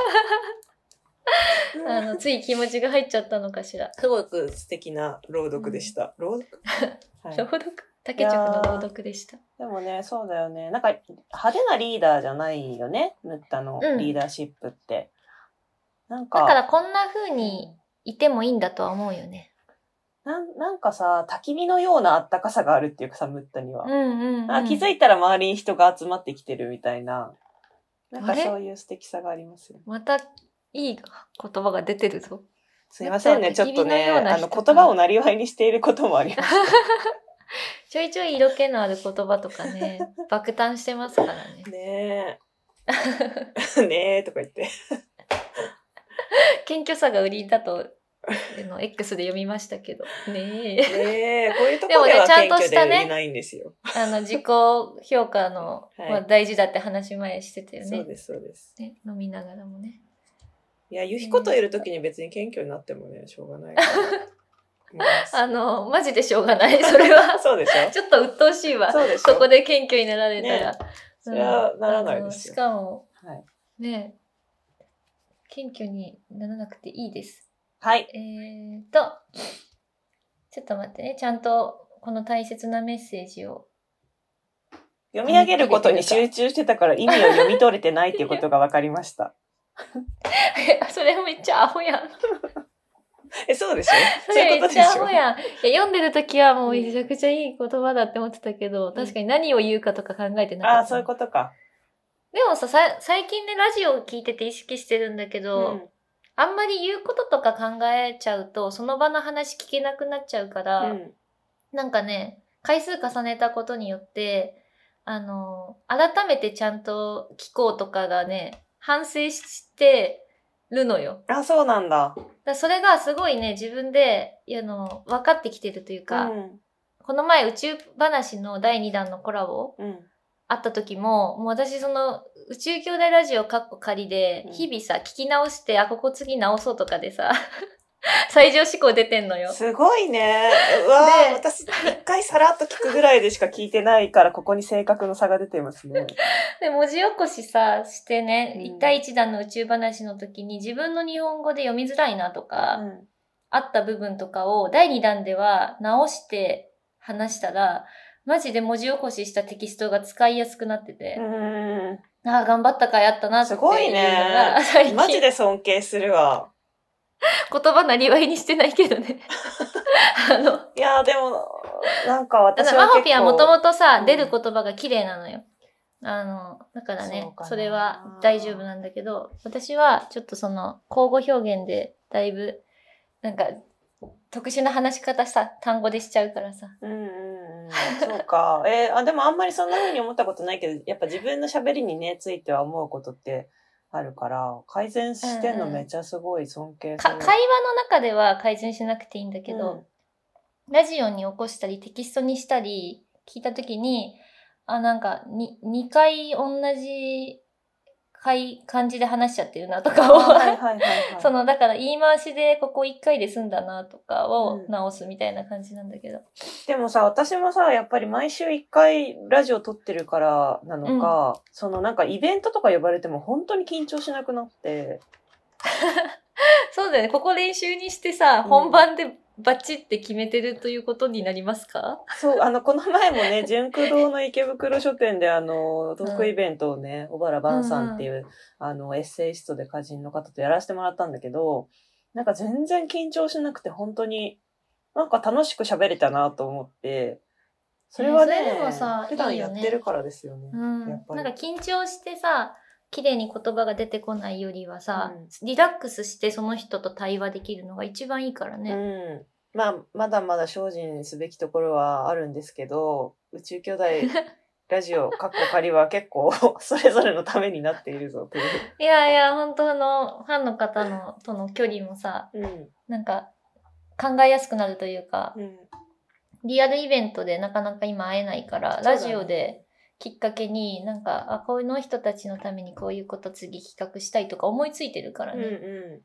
あの、つい気持ちが入っちゃったのかしら。 すごく素敵な朗読でした。うん、朗読、 はい、朗読竹直の朗読でした。 でもね、そうだよね。なんか、派手なリーダーじゃないよね。ムッタのリーダーシップって。うん、なんか。 だからこんな風にいてもいいんだとは思うよね。 なん、なんかさ、焚き火のようなあったかさがあるっていうかさ、ムッタには。 うんうんうん、 あ、気づいたら周りに人が集まってきてるみたいな。なんかそういう素敵さがありますよ。 またいい言葉が出てるぞ。 すいませんね、ちょっとね、あの言葉をなりわいにしていることもあります。 ちょいちょい色気のある言葉とかね、爆誕してますからね。 ねえ。ねえとか言って。 謙虚さが売りだと、の X で読みましたけど。ねえ。 ねえ、こういうところでは謙虚でいないんですよ。 でもね、ちゃんとしたね、あの、自己評価の、はい、まあ、大事だって話前してたよね。 そうです、そうです。 ね、飲みながらもね。 いや、ゆひこといるときに別に謙虚になってもね、しょうがないから。 あの、マジでしょうがない。それは。 そうでしょ？ ちょっと鬱陶しいわ。 そうでしょ？ そこで謙虚になられたら。 ね、それはならないですよ。 しかも、 はい、 ね、謙虚にならなくていいです。 はい。 えーと、ちょっと待ってね。ちゃんとこの大切なメッセージを。 読み上げることに集中してたから意味を読み取れてないっていうことが分かりました。 それめっちゃアホやん。 え、そうでしょ？ それめっちゃアホやん。いや、読んでるときはもうめちゃくちゃいい言葉だって思ってたけど、うん、確かに何を言うかとか考えてなかった。 ああ、そういうことか。 でもさ、さ最近ね、ラジオを聞いてて意識してるんだけど、うん、あんまり言うこととか考えちゃうと、その場の話聞けなくなっちゃうから、うん、なんかね、回数重ねたことによって、あの、改めてちゃんと聞こうとかがね、反省してるのよ。 あ、そうなんだ。 だそれがすごいね、自分で、あの、分かってきてるというか、うん、この前宇宙話のだいにだんのコラボ、うん、あった時も、もう私その宇宙兄弟ラジオカッコ仮で、日々さ、聞き直して、あ、ここ次直そうとかでさ、最上志向出てんのよ。 すごいね。うわぁ、私一回さらっと聞くぐらいでしか聞いてないから、ここに性格の差が出てますね。 で、文字起こしさ、してね、うん、いち対いちだんの宇宙話の時に自分の日本語で読みづらいなとか、うん、あった部分とかをだいにだんでは直して話したら、マジで文字起こししたテキストが使いやすくなってて、うんああ、頑張ったかいあったなっていうのが。 すごいね。マジで尊敬するわ。 言葉なりわいにしてないけどね。あの。 いやでも、なんか私は結構。 マホピはもともとさ、うん、出る言葉が綺麗なのよ。あの、だからね、そ, それは大丈夫なんだけど、私はちょっとその、口語表現でだいぶ、なんか、特殊な話し方さ、単語でしちゃうからさ。 うんうんうん。そうか。えー、あ、でもあんまりそんな風に思ったことないけど、やっぱ自分の喋りにね、ついては思うことって、あるから、改善してんのめっちゃすごい尊敬する、 うんうん、会話の中では改善しなくていいんだけど、うん、ラジオに起こしたりテキストにしたり聞いたときに、 あ、なんか、に、にかい同じ回、感じで話しちゃってるなとかを、はいはいはいはい、その、だから言い回しでここいっかいで済んだなとかを直すみたいな感じなんだけど。うん、 でもさ、私もさ、やっぱり毎週いっかいラジオ撮ってるからなのか、うん、そのなんかイベントとか呼ばれても本当に緊張しなくなって。 そうだよね。ここ練習にしてさ、うん、本番でバチって決めてるということになりますか？ そう、あの、この前もね、純駆堂の池袋書店であの、トークイベントをね、小原晩さんっていう、うんうん、あの、エッセイストで歌人の方とやらせてもらったんだけど、なんか全然緊張しなくて本当に、なんか楽しく喋れたなと思って、それはね、えー、それでもさ、普段やってるからですよね。 うん、やっぱり。なんか緊張してさ、綺麗に言葉が出てこないよりはさ、うん、リラックスしてその人と対話できるのが一番いいからね。 うん。まあ、まだまだ精進すべきところはあるんですけど、宇宙兄弟ラジオ、カッコ仮は結構それぞれのためになっているぞという。 いやいや、本当のファンの方のとの距離もさ、うん、なんか考えやすくなるというか、うん、リアルイベントでなかなか今会えないから、ラジオできっかけになんか、あ、この人たちのためにこういうこと次企画したいとか思いついてるからね。うんうん、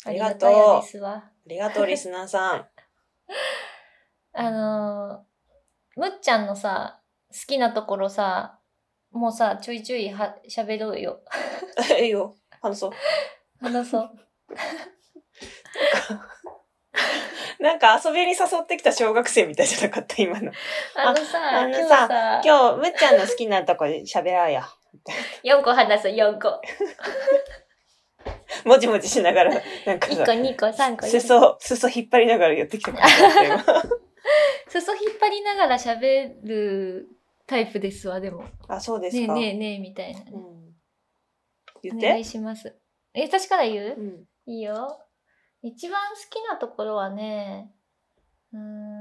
ありがとう。ありがとうですわ。ありがとう、リスナーさん。 あのー、むっちゃんのさ、好きなところさ、もうさ、ちょいちょいは喋ろうよ。 いいよ。話そう。 話そう。 なんか遊びに誘ってきた小学生みたいじゃなかった今の。 あのさ、 あのさ、今日今日むっちゃんの好きなとこで喋ろうよ。 よんこ話す、よんこ。 もじもじしながら、なんかいっこ、にこ、さんこ。 裾、裾引っ張りながらやってきた感じだったよ。 裾引っ張りながら喋るタイプですわ、でも。 あ、そうですか。 ねえねえねえみたいな、ね。うん、 言って。 お願いします。え、私から言う？うん、いいよ。一番好きなところはね、うー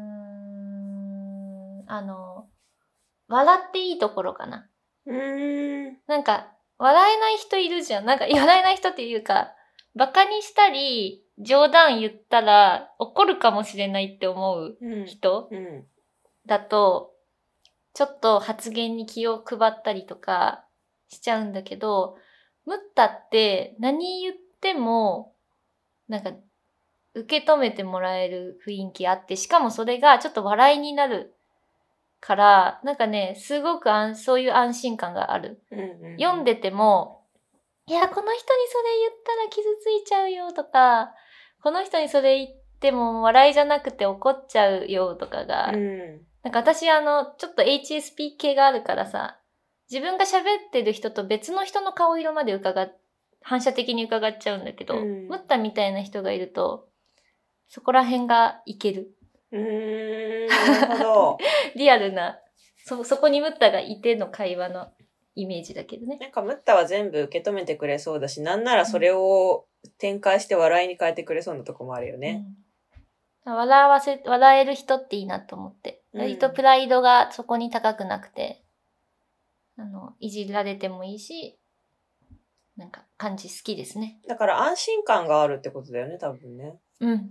ん、あの、笑っていいところかな。うーん。なんか、笑えない人いるじゃん。なんか、笑えない人っていうか、バカにしたり、冗談言ったら怒るかもしれないって思う人、うんうん、だと、ちょっと発言に気を配ったりとかしちゃうんだけど、ムッタって何言っても、なんか、受け止めてもらえる雰囲気あって、しかもそれがちょっと笑いになるから、なんかね、すごくあんそういう安心感がある。うんうんうん、読んでても、いや、この人にそれ言ったら傷ついちゃうよとか、この人にそれ言っても笑いじゃなくて怒っちゃうよとかが、うん、なんか私あの、ちょっと エイチエスピー 系があるからさ、自分が喋ってる人と別の人の顔色まで伺っ、反射的に伺っちゃうんだけど、うん、ムッタみたいな人がいると、そこら辺がいける。 うーん、なるほど。 リアルな、そ、そこにムッタがいての会話のイメージだけどね。 なんかムッタは全部受け止めてくれそうだし、なんならそれを展開して笑いに変えてくれそうなとこもあるよね。 うん、笑わせ、笑える人っていいなと思って。割とプライドがそこに高くなくて、あの、いじられてもいいし、なんか感じ好きですね。 だから安心感があるってことだよね、多分ね。 うん。うん、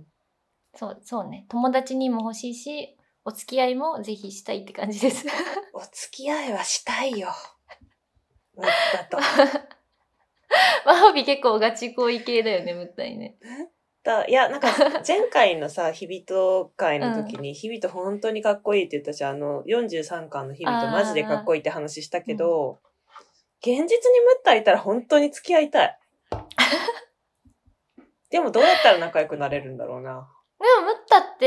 そう、そうね。友達にも欲しいし、お付き合いもぜひしたいって感じです。 お付き合いはしたいよ。ムッタと。 マホビ結構ガチ恋系だよね、ムッタにね。 だいや、なんか前回のさ、日々と会の時に、うん、日々と本当にかっこいいって言ったし、あの、よんじゅうさんかんの日々とマジでかっこいいって話したけど、うん、現実にムッタいたら本当に付き合いたい。でもどうやったら仲良くなれるんだろうな。 でも、ムッタって、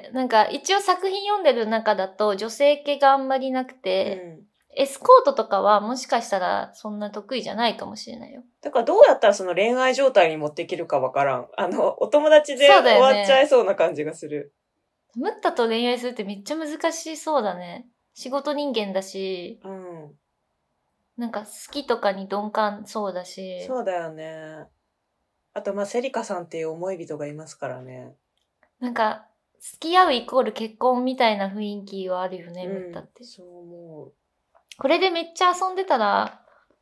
なんか、一応作品読んでる中だと、女性系があんまりなくて、うん、エスコートとかはもしかしたらそんな得意じゃないかもしれないよ。 だからどうやったらその恋愛状態に持っていけるかわからん。あの、お友達で終わっちゃいそうな感じがする。 ムッタと恋愛するってめっちゃ難しそうだね。仕事人間だし、うん、なんか好きとかに鈍感そうだし。 そうだよね。あと、まあ、セリカさんっていう思い人がいますからね。 なんか、付き合うイコール結婚みたいな雰囲気はあるよね、ムッタって。 そう思う。 これでめっちゃ遊んでたら、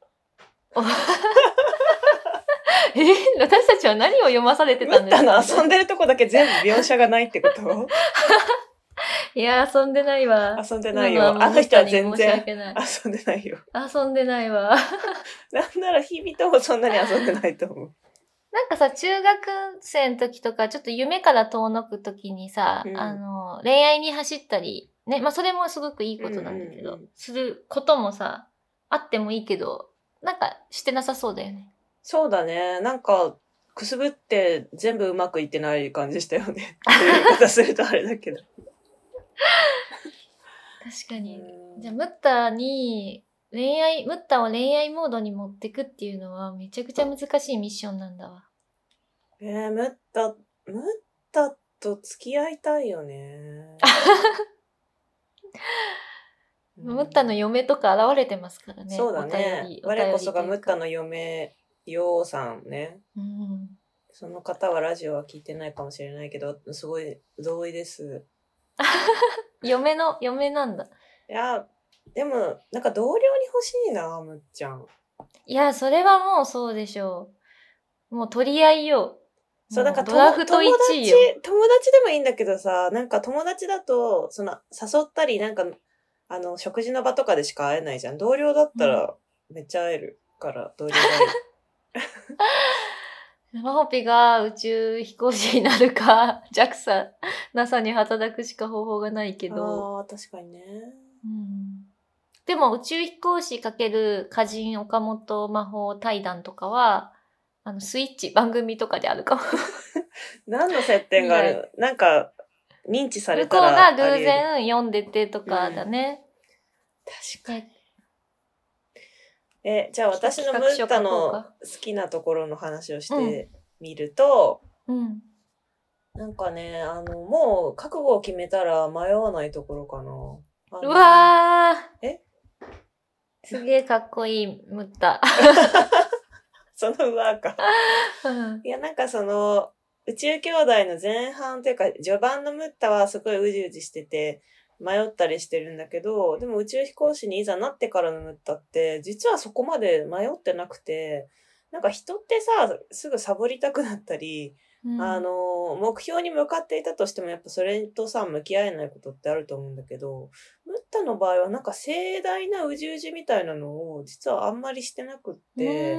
え私たちは何を読まされてたんですか？ ムッタの遊んでるとこだけ全部描写がないってこと？ いや、遊んでないわ。 遊んでないよ。あの人は全然遊んでないよ。 遊んでないわ。 なんなら日々ともそんなに遊んでないと思う。 なんかさ、中学生の時とか、ちょっと夢から遠のく時にさ、うん、あの、恋愛に走ったり、ね、まあそれもすごくいいことなんだけど、うんうんうん、することもさ、あってもいいけど、なんかしてなさそうだよね。 そうだね。なんか、くすぶって全部うまくいってない感じしたよね。っていう言い方するとあれだけど。 確かに。じゃあ、ムッタに、恋愛、ムッタを恋愛モードに持ってくっていうのはめちゃくちゃ難しいミッションなんだわ。 えー、ムッタ、ムッタと付き合いたいよね。 ムッタの嫁とか現れてますからね。 そうだね。我こそがムッタの嫁、ヨウさんね。うん、その方はラジオは聞いてないかもしれないけど、すごい同意です。 嫁の、嫁なんだ。 いや、でも、なんか同僚に欲しいな、むっちゃん。 いや、それはもうそうでしょう。もう取り合いよ。 そう、なんかドラフトいちいよ。友達、友達でもいいんだけどさ、なんか友達だと、その、誘ったり、なんか、あの、食事の場とかでしか会えないじゃん。同僚だったら、めっちゃ会えるから、同僚がいい。マホピが宇宙飛行士になるか、ジャクサ、ナサ に働くしか方法がないけど。 ああ、確かにね。 うん。でも宇宙飛行士×歌人岡本魔法対談とかは、あの、スイッチ番組とかであるかも。 何の接点があるなんか、認知されたら向こうが偶然読んでてとかだね。 うん、確かに。え、じゃあ私のムッタの好きなところの話をしてみると、うん、なんかね、あの、もう覚悟を決めたら迷わないところかな。 うわーえすげえかっこいいムッタ。 そのうわーか。いや、なんかその、宇宙兄弟の前半というか、序盤のムッタはすごいうじうじしてて、迷ったりしてるんだけど、でも宇宙飛行士にいざなってからのムッタって、実はそこまで迷ってなくて、なんか人ってさ、すぐサボりたくなったり、うん、あの、目標に向かっていたとしてもやっぱそれとさ、向き合えないことってあると思うんだけど、ムッタの場合はなんか盛大なうじうじみたいなのを実はあんまりしてなくって、うん、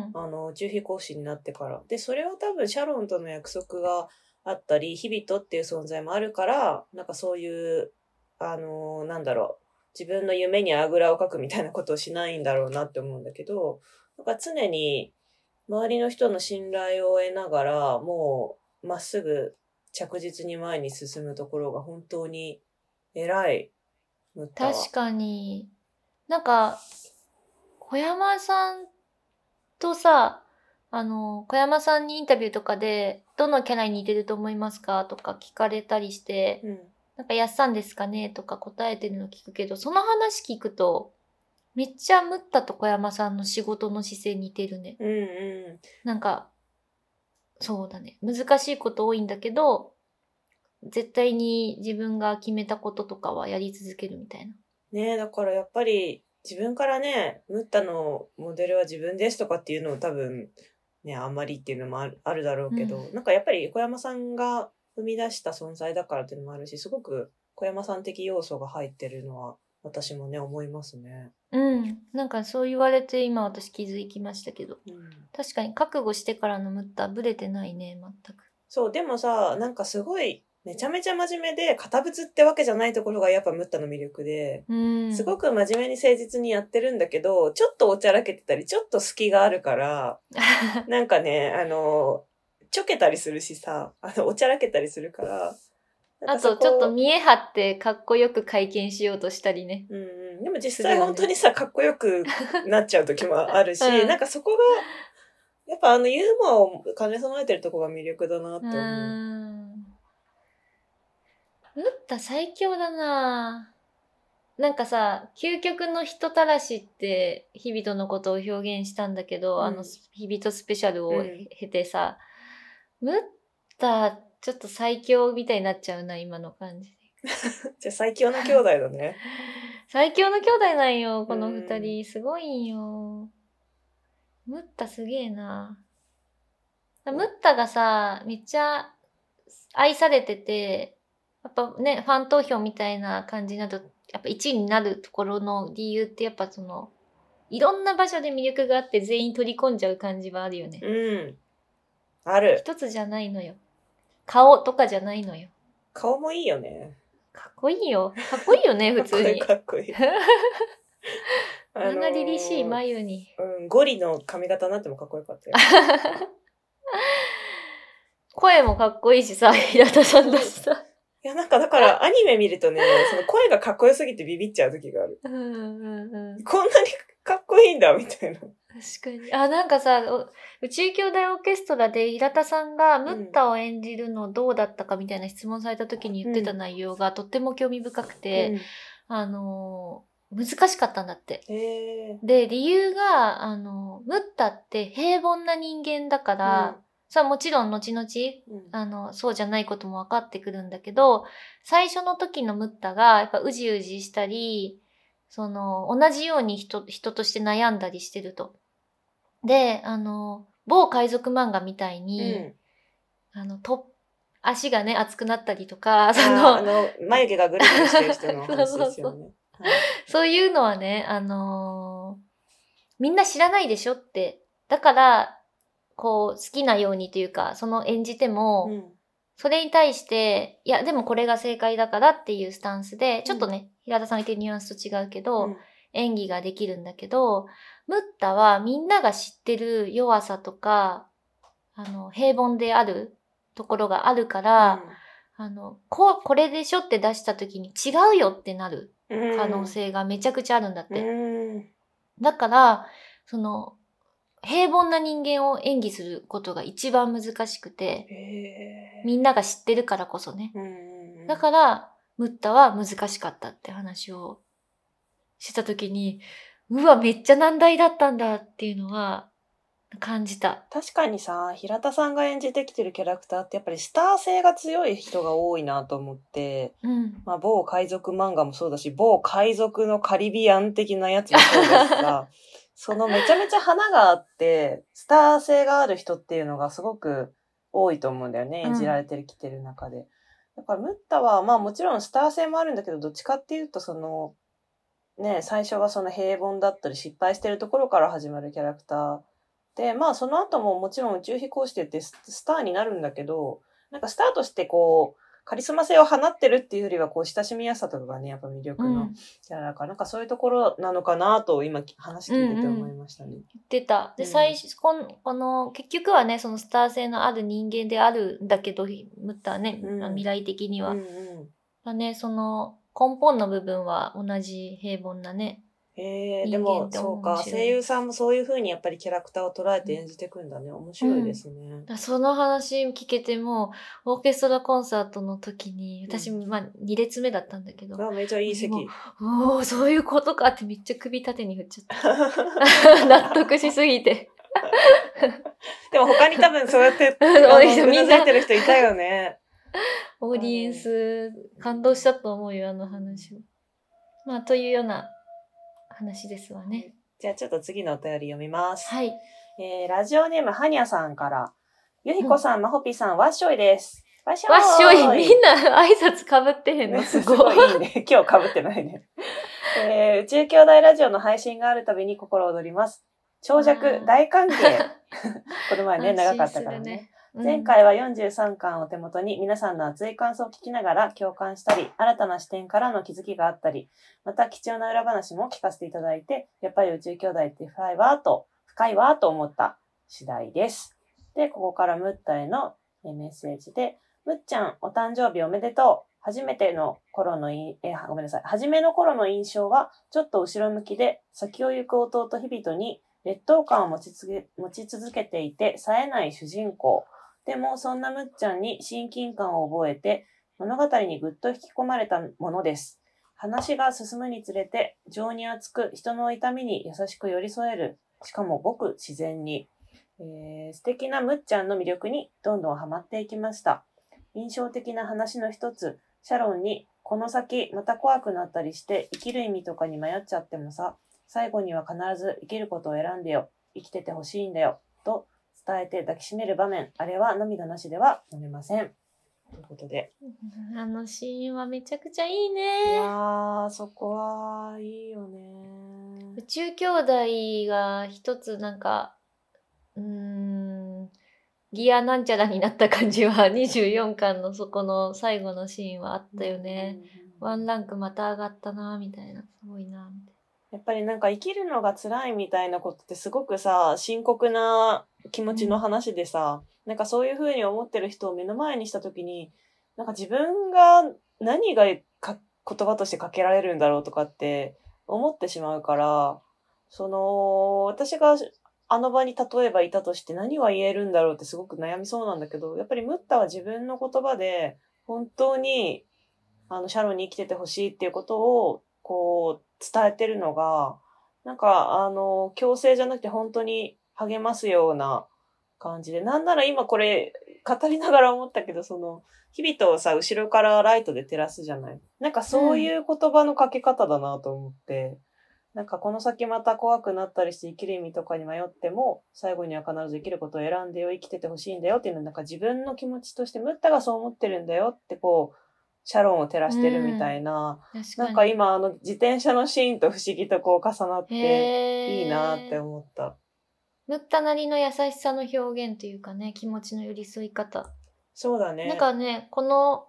あの、宇宙飛行士になってから。で、それは多分シャロンとの約束があったり、ヒビトっていう存在もあるから、なんかそういう、あの、なんだろう、自分の夢にあぐらをかくみたいなことをしないんだろうなって思うんだけど、なんか常に周りの人の信頼を得ながら、もうまっすぐ着実に前に進むところが本当に偉い。 確かに。なんか、小山さんとさ、あの、小山さんにインタビューとかで、どのキャラに似てると思いますかとか聞かれたりして、うん、なんかやっさんですかねとか答えてるの聞くけど、その話聞くと、めっちゃムッタと小山さんの仕事の姿勢似てるね。 うんうん。 なんか、そうだね。難しいこと多いんだけど、絶対に自分が決めたこととかはやり続けるみたいな。 ねえ、だからやっぱり自分からね、ムッタのモデルは自分ですとかっていうのを多分、ね、あんまりっていうのもあるあるだろうけど、うん、なんかやっぱり小山さんが生み出した存在だからっていうのもあるし、すごく小山さん的要素が入ってるのは私もね、思いますね。 うん。なんかそう言われて今私気づきましたけど、うん、確かに覚悟してからのムッタブレてないね、全く。 そう、でもさ、なんかすごい、めちゃめちゃ真面目で、堅物ってわけじゃないところがやっぱムッタの魅力で、うん、すごく真面目に誠実にやってるんだけど、ちょっとおちゃらけてたり、ちょっと隙があるから、なんかね、あの、ちょけたりするしさ、あの、おちゃらけたりするから、 あと、ちょっと見え張ってかっこよく会見しようとしたりね。 うんうん。でも実際本当にさ、かっこよくなっちゃう時もあるし、うん、なんかそこが、やっぱあのユーモアを兼ね備えてるとこが魅力だなって思う。うんムッタ最強だなぁ。なんかさ、究極の人たらしって日々とのことを表現したんだけど、うん、あの日々とスペシャルを経てさ、うん、ムッタちょっと最強みたいになっちゃうな、今の感じ。 じゃあ最強の兄弟だね。 最強の兄弟なんよ、この二人。うん、すごいんよ。ムッタすげえな。ムッタがさ、めっちゃ愛されてて、 やっぱね、ファン投票みたいな感じになると、やっぱいちいになるところの理由ってやっぱその、いろんな場所で魅力があって全員取り込んじゃう感じはあるよね。 うん。ある。 一つじゃないのよ。顔とかじゃないのよ。 顔もいいよね。 かっこいいよ。かっこいいよね、普通に。 かっこいい、かっこいい。 あんな凛々しい眉に。 うん、ゴリの髪型になってもかっこよかったよ。 声もかっこいいしさ、平田さんだしさ。 いや、なんかだからアニメ見るとね、その声がかっこよすぎてビビっちゃう時がある。 うんうんうん、 こんなにかっこいいんだ、みたいな。確かに。あ、なんかさ、宇宙兄弟オーケストラで平田さんがムッタを演じるのどうだったかみたいな質問された時に言ってた内容がとっても興味深くて、うん、あの、難しかったんだって。 へー。 で、理由が、あの、ムッタって平凡な人間だから、うん、さあもちろん後々、うん、あの、そうじゃないことも分かってくるんだけど、最初の時のムッタが、やっぱうじうじしたり、その、同じように人、人として悩んだりしてると。で、あの、某海賊漫画みたいに、うん、あの、と、足がね、熱くなったりとか、その、 あの、眉毛がぐるぐるしてる人の話ですよね。そうそうそう、 はい、そういうのはね、あのー、みんな知らないでしょって。だから、こう、好きなようにというか、その演じても、うん、それに対して、いや、でもこれが正解だからっていうスタンスで、ちょっとね、うん、平田さんが言ってるニュアンスと違うけど、うん、演技ができるんだけど、ムッタはみんなが知ってる弱さとか、あの、平凡であるところがあるから、うん、あの、こ、これでしょって出した時に違うよってなる可能性がめちゃくちゃあるんだって。うん、だから、その、平凡な人間を演技することが一番難しくて、みんなが知ってるからこそね。だから、ムッタは難しかったって話をしたときに、うわ、めっちゃ難題だったんだっていうのは感じた。 確かにさ、平田さんが演じてきてるキャラクターってやっぱりスター性が強い人が多いなと思って、うん、まあ某海賊漫画もそうだし、某海賊のカリビアン的なやつもそうだしさ、そのめちゃめちゃ花があって、スター性がある人っていうのがすごく多いと思うんだよね。演じられてる、きてる中で。だからムッタは、まあもちろんスター性もあるんだけど、どっちかっていうとその、ね、最初はその平凡だったり失敗してるところから始まるキャラクター。で、まあその後ももちろん宇宙飛行士ってスターになるんだけど、なんかスターとしてこう、カリスマ性を放ってるっていうよりは、こう、親しみやすさとかがね、やっぱ魅力のキャラだから、うん、なんかそういうところなのかなと、今、話聞いてて思いましたね。うんうん、 言ってた。で、うん、最初、この、この、結局はね、そのスター性のある人間であるんだけど、ムッタはね、うん、未来的には。うんうん、だね、その、根本の部分は同じ平凡なね、 へえ、でも、そうか、声優さんもそういう風にやっぱりキャラクターを捉えて演じていくんだね。面白いですね。 うん、その話聞けても、オーケストラコンサートの時に、私、うん、まあ、に列目だったんだけど。 あ、めちゃいい席。 おー、そういうことかってめっちゃ首立てに振っちゃった。納得しすぎて。 でも他に多分そうやって、うなずいてる人いたよね。 オーディエンス、感動したと思うよ、あの話を。まあ、というような話ですわね。 じゃあちょっと次のお便り読みます。 はい。 えー、ラジオネームはにゃさんから、ゆひこさん、まほぴさん、わっしょいです。 わっしょい。わっしょい。みんな挨拶かぶってへんの、すごい。 すごいいいね。今日かぶってないね。えー、宇宙兄弟ラジオの配信があるたびに心躍ります。長尺、大歓迎。この前ね、長かったからね。前回はよんじゅうさんかんを手元に皆さんの熱い感想を聞きながら共感したり、新たな視点からの気づきがあったり、また貴重な裏話も聞かせていただいて、やっぱり宇宙兄弟って深いわと、深いわと思った次第です。で、ここからムッタへのメッセージで、むっちゃんお誕生日おめでとう。初めての頃のい、え、ごめんなさい。初めの頃の印象は、ちょっと後ろ向きで、先を行く弟日々とに劣等感を持ちつげ、持ち続けていて、冴えない主人公。でも、そんなむっちゃんに親近感を覚えて、物語にぐっと引き込まれたものです。話が進むにつれて、情に厚く、人の痛みに優しく寄り添える。しかも、ごく自然に。えー、素敵なむっちゃんの魅力にどんどんハマっていきました。印象的な話の一つ、シャロンに、この先また怖くなったりして生きる意味とかに迷っちゃってもさ、最後には必ず生きることを選んでよ。生きててほしいんだよ。と伝えて抱きしめる場面、あれは涙なしでは飲めません。 ということで。 あのシーンはめちゃくちゃいいね。 いやー、そこはいいよね。 宇宙兄弟が一つなんか、うーん、ギアなんちゃらになった感じはにじゅうよんかんのそこの最後のシーンはあったよね。ワンランクまた上がったなみたいな、すごいなみたいな。 やっぱりなんか生きるのが辛いみたいなことってすごくさ、深刻な気持ちの話でさ、うん、なんかそういう風に思ってる人を目の前にしたときに、なんか自分が何がか言葉としてかけられるんだろうとかって思ってしまうから、その、私があの場に例えばいたとして何が言えるんだろうってすごく悩みそうなんだけど、やっぱりムッタは自分の言葉で本当にあのシャロンに生きててほしいっていうことをこう伝えてるのが、なんかあの強制じゃなくて本当に励ますような感じで、なんなら今これ語りながら思ったけど、その日々とさ後ろからライトで照らすじゃない。なんかそういう言葉のかけ方だなと思って。うんなんかこの先また怖くなったりして生きる意味とかに迷っても、最後には必ず生きることを選んでよ、生きててほしいんだよっていうのは、なんか自分の気持ちとして、ムッタがそう思ってるんだよってこう、シャロンを照らしてるみたいな、うん、なんか今あの自転車のシーンと不思議とこう重なっていいなって思った。 ムッタなりの優しさの表現というかね、気持ちの寄り添い方。 そうだね。 なんかね、この、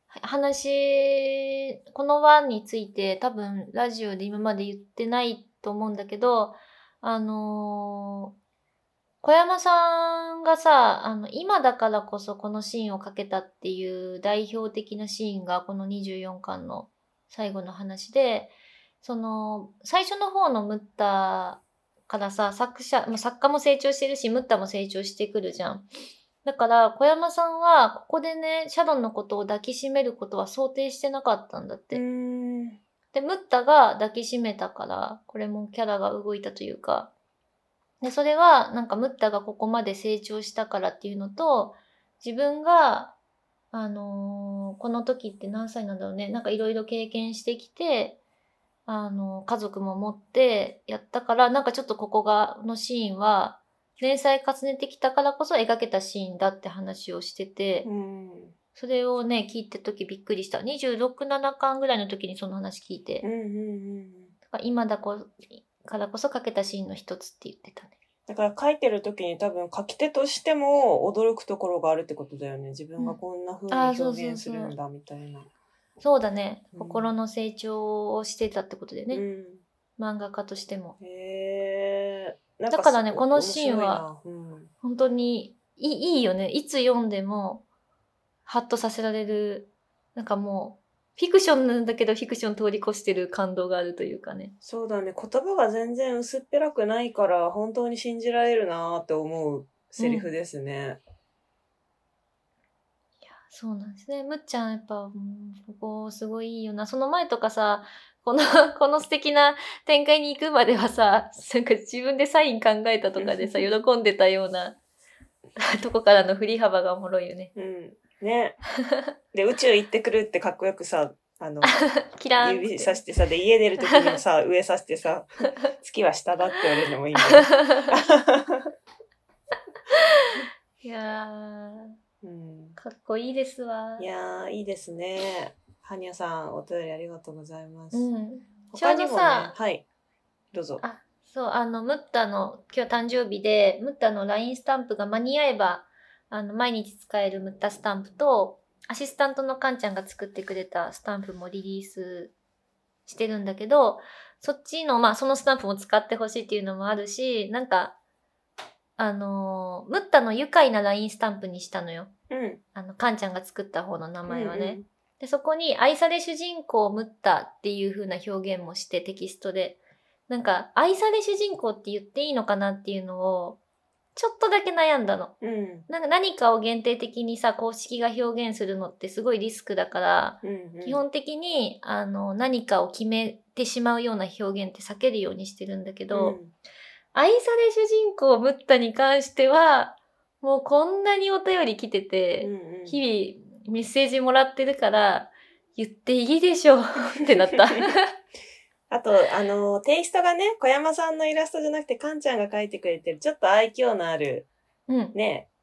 話、このワンについて多分ラジオで今まで言ってないと思うんだけど、あのー、小山さんがさ、あの、今だからこそこのシーンをかけたっていう代表的なシーンがこのにじゅうよんかんの最後の話で、その、最初の方のムッタからさ、作者、作家も成長してるし、ムッタも成長してくるじゃん。だから、小山さんは、ここでね、シャロンのことを抱きしめることは想定してなかったんだって。 うーんで、ムッタが抱きしめたから、これもキャラが動いたというか、で、それは、なんかムッタがここまで成長したからっていうのと、自分が、あのー、この時って何歳なんだろうね、なんかいろいろ経験してきて、あのー、家族も持ってやったから、なんかちょっとここが、のシーンは、連載重ねてきたからこそ描けたシーンだって話をしてて、 うん、 それをね、聞いた時びっくりした。にじゅうろく、ななかんぐらいの時にその話聞いて、 うんうんうん、 だから今だからこそ描けたシーンの一つって言ってたね。 だから書いてる時に多分書き手としても驚くところがあるってことだよね。自分がこんな風に表現するんだみたいな。 そうだね、うん。心の成長をしてたってことでね。うん、漫画家としても。 へー。 だからね、このシーンは、本当にいい、いいよね。いつ読んでも、ハッとさせられる、なんかもう、フィクションなんだけど、フィクション通り越してる感動があるというかね。 そうだね。言葉が全然薄っぺらくないから、本当に信じられるなーって思うセリフですね。うん、いや、そうなんですね。むっちゃん、やっぱ、うん、ここすごいいいよな。その前とかさ、この、この素敵な展開に行くまではさ、なんか自分でサイン考えたとかでさ、喜んでたようなとこからの振り幅がおもろいよね。 うん。ね。で、宇宙行ってくるってかっこよくさ、あの、キラ指さしてさ、で、家出るときにもさ、上さしてさ、月は下だって言われるのもいいんだよ。 いやー、うん、かっこいいですわ。 いやー、いいですね。はにゃさん、お便りありがとうございます。 うん。他にもね、さ、 はい。どうぞ。 あ、そう、あの、ムッタの、今日誕生日で、ムッタの ライン スタンプが間に合えば、あの、毎日使えるムッタスタンプと、アシスタントのカンちゃんが作ってくれたスタンプもリリースしてるんだけど、そっちの、まあ、そのスタンプも使ってほしいっていうのもあるし、なんか、あのー、ムッタの愉快な ライン スタンプにしたのよ。 うん。 あの、カンちゃんが作った方の名前はね。うんうん、で、そこに、愛され主人公ムッタっていう風な表現もしてテキストで。なんか、愛され主人公って言っていいのかなっていうのを、ちょっとだけ悩んだの。 うん、 なんか何かを限定的にさ、公式が表現するのってすごいリスクだから、 うんうん、 基本的にあの何かを決めてしまうような表現って避けるようにしてるんだけど、うん、愛され主人公ムッタに関しては、もうこんなにお便り来てて、うんうん、日々メッセージもらってるから、言っていいでしょうってなった。 あと、あの、テイストがね、小山さんのイラストじゃなくて、カンちゃんが描いてくれてる、ちょっと愛嬌のある、 うん、 ね、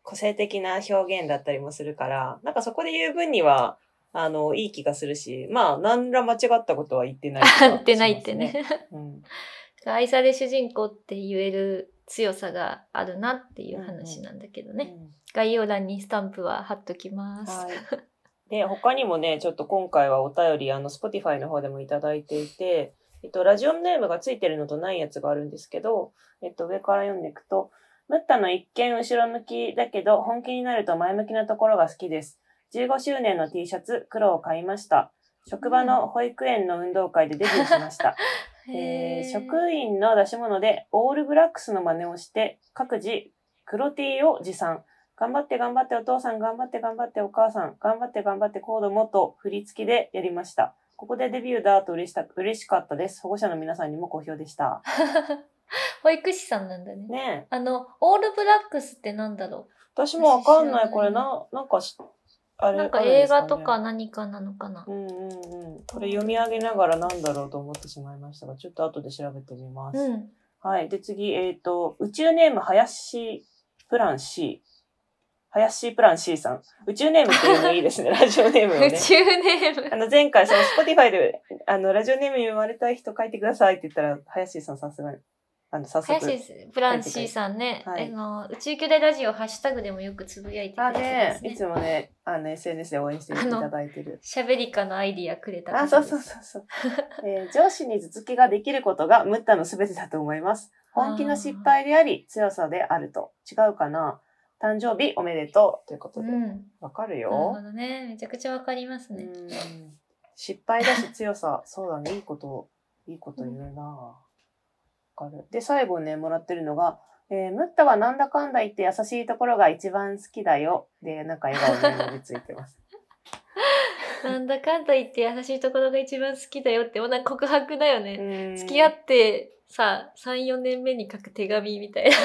個性的な表現だったりもするから、なんかそこで言う分には、あの、いい気がするし、まあ、何ら間違ったことは言ってない、ね。 言ってないってね。 うん、 愛され主人公って言える強さがあるなっていう話なんだけどね。うんうん、概要欄にスタンプは貼っときます。はい。 で、他にもね、ちょっと今回はお便り、あの、Spotify の方でもいただいていて、えっと、ラジオネームがついてるのとないやつがあるんですけど、えっと、上から読んでいくと、ムッタの一見後ろ向きだけど、本気になると前向きなところが好きです。じゅうごしゅうねんの T シャツ、黒を買いました。職場の保育園の運動会でデビューしました。えー、職員の出し物でオールブラックスの真似をして、各自黒 T を持参。頑張って頑張ってお父さん、頑張って頑張ってお母さん、頑張って頑張ってコードもと振り付きでやりました。ここでデビューだと嬉しか嬉しかったです。保護者の皆さんにも好評でした。 保育士さんなんだね。 ねえ。あの、オールブラックスってなんだろう。 私もわかんない。これな、なんかし、 あれなんか映画とか何かなのかな。 うんうんうん。これ読み上げながらなんだろうと思ってしまいましたが、ちょっと後で調べてみます。うん、はい。で、次、えっと、宇宙ネーム、林プラン C。林プラン C さん。宇宙ネームっていうのいいですね。ラジオネームをね。 宇宙ネーム。 あの、前回、その、Spotify で、あの、ラジオネームに読まれたい人書いてくださいって言ったら、林さんさすがに。あの、早速。 林プラン C さんね。はい、あの、宇宙兄弟ラジオハッシュタグでもよくつぶやいてくれてますね。 あね、いつもね、あの、エスエヌエス で応援していただいてる。 喋りかのアイディアくれた。 あ、そうそうそうそう。えー、上司に頭突きができることがムッタの全てだと思います。本気の失敗であり、強さであると。違うかな？誕生日おめでとうということで。わ、うん、かるよ。 なるほどね。めちゃくちゃわかりますね。 うん、失敗だし強さ。そうだね。いいこと、いいこと言うな。わ、うん、かる。で、最後ね、もらってるのが、えー、ムッタはなんだかんだ言って優しいところが一番好きだよ。で、なんか笑顔に伸びついてます。 なんだかんだ言って優しいところが一番好きだよって、もうなんか告白だよね。付き合ってさ、さん、よねんめに書く手紙みたいな。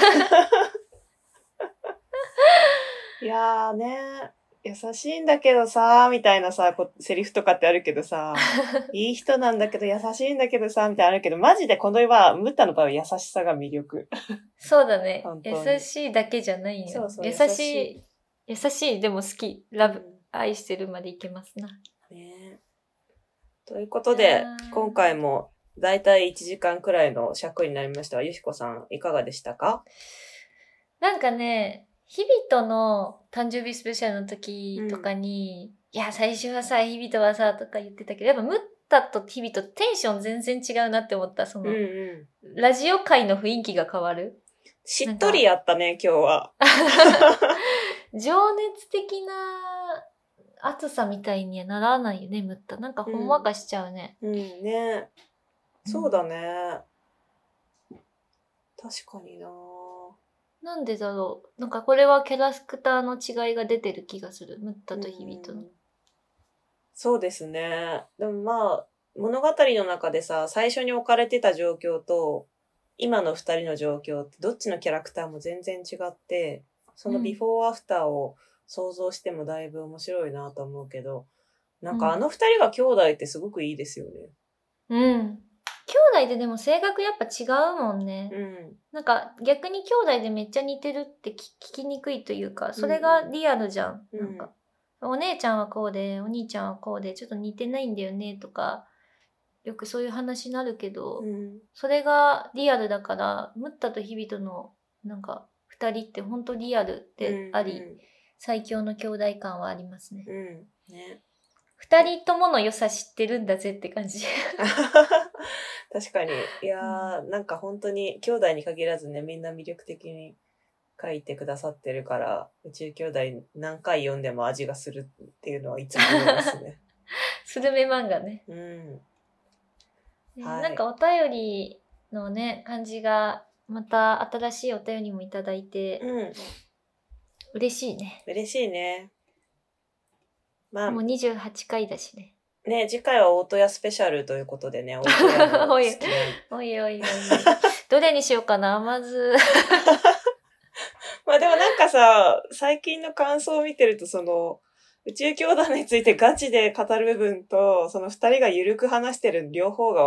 いやーね、優しいんだけどさ、みたいなさ、こセリフとかってあるけどさ、いい人なんだけど優しいんだけどさ、みたいなのあるけど、マジでこのは、ムッタの場合は優しさが魅力。 そうだね。優しいだけじゃないよ。そうそう、優しい、優しい、でも好き、ラブ、うん、愛してるまでいけますな。 ね、ということで、今回もだいたいいちじかんくらいの尺になりましたが、ゆひこさんいかがでしたか？ なんかね、日々との誕生日スペシャルの時とかに、うん、いや、最初はさ、日々とはさ、とか言ってたけど、やっぱムッタと日々とテンション全然違うなって思った。その、うんうん、ラジオ界の雰囲気が変わる。 しっとりやったね、今日は。 情熱的な熱さみたいにはならないよね、ムッタ。なんかほんわかしちゃうね。 うん、うん、ね。そうだね。うん、確かにな。 なんでだろう。なんかこれはキャラクターの違いが出てる気がする。ムッタと日々との。 そうですね。でもまあ、物語の中でさ、最初に置かれてた状況と、今の二人の状況って、どっちのキャラクターも全然違って、そのビフォーアフターを想像してもだいぶ面白いなと思うけど、なんかあの二人が兄弟ってすごくいいですよね。 うん。兄弟ででも性格やっぱ違うもんね。うん、なんか逆に兄弟でめっちゃ似てるって聞きにくいというか、それがリアルじゃん。うん、なんか、お姉ちゃんはこうで、お兄ちゃんはこうで、ちょっと似てないんだよねとか、よくそういう話になるけど、うん、それがリアルだから、ムッタとヒビトのなんか二人って本当リアルであり、うんうん、最強の兄弟感はありますね。うん、ね。二人ともの良さ知ってるんだぜって感じ。 確かに。いやー、うん、なんか本当に兄弟に限らずね、みんな魅力的に書いてくださってるから、宇宙兄弟何回読んでも味がするっていうのはいつも思いますね。 スルメ漫画ね。うん。はい、なんかお便りのね、感じが、また新しいお便りもいただいて、うん、嬉しいね。 嬉しいね。 まあ、もうにじゅうはちかいだしね。 ね、次回は大戸屋スペシャルということでね、大戸屋の好きなおいおいおいおい。どれにしようかな、まず。 まあでもなんかさ、最近の感想を見てると、その、宇宙兄弟についてガチで語る部分と、その二人がゆるく話してる両方が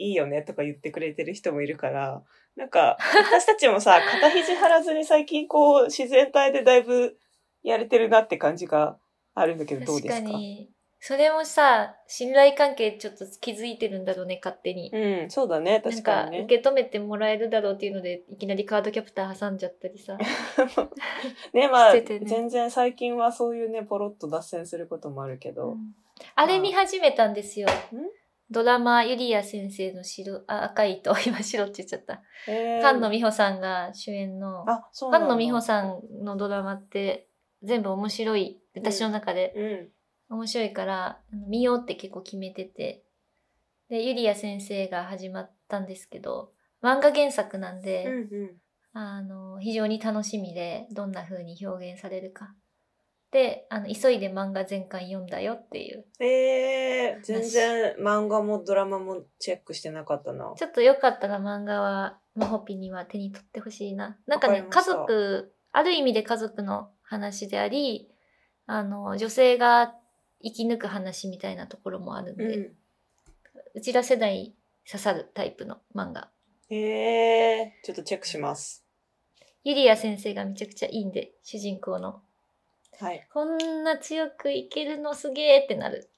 いいよねとか言ってくれてる人もいるから、なんか、私たちもさ、肩肘張らずに最近こう、自然体でだいぶやれてるなって感じがあるんだけど、どうですか？ 確かに。それもさ、信頼関係ちょっと築いてるんだろうね、勝手に。 うん、そうだね、確かにね。 なんか、受け止めてもらえるだろうっていうので、いきなりカードキャプター挟んじゃったりさ。 ね、まあ、 ね、 全然最近はそういうね、ポロッと脱線することもあるけど。うん、 あれ見始めたんですよ。ドラマ、ゆりや先生の白、あ、赤いと、今白って言っちゃった。菅野美穂さんが主演の、菅野美穂さんのドラマって全部面白い。私の中で。うんうん面白いから見ようって結構決めてて。で、ゆりや先生が始まったんですけど、漫画原作なんで、うんうん、あの、非常に楽しみで、どんな風に表現されるか。で、あの、急いで漫画全巻読んだよっていう。 えー、全然漫画もドラマもチェックしてなかったな。 ちょっとよかったら漫画は、まほぴには手に取ってほしいな。なんかね、家族、ある意味で家族の話であり、あの、女性が生き抜く話みたいなところもあるんで、うん、うちら世代刺さるタイプの漫画。 へえー、ちょっとチェックします。 ゆりや先生がめちゃくちゃいいんで、主人公の。 はい。 こんな強くいけるのすげーってなる。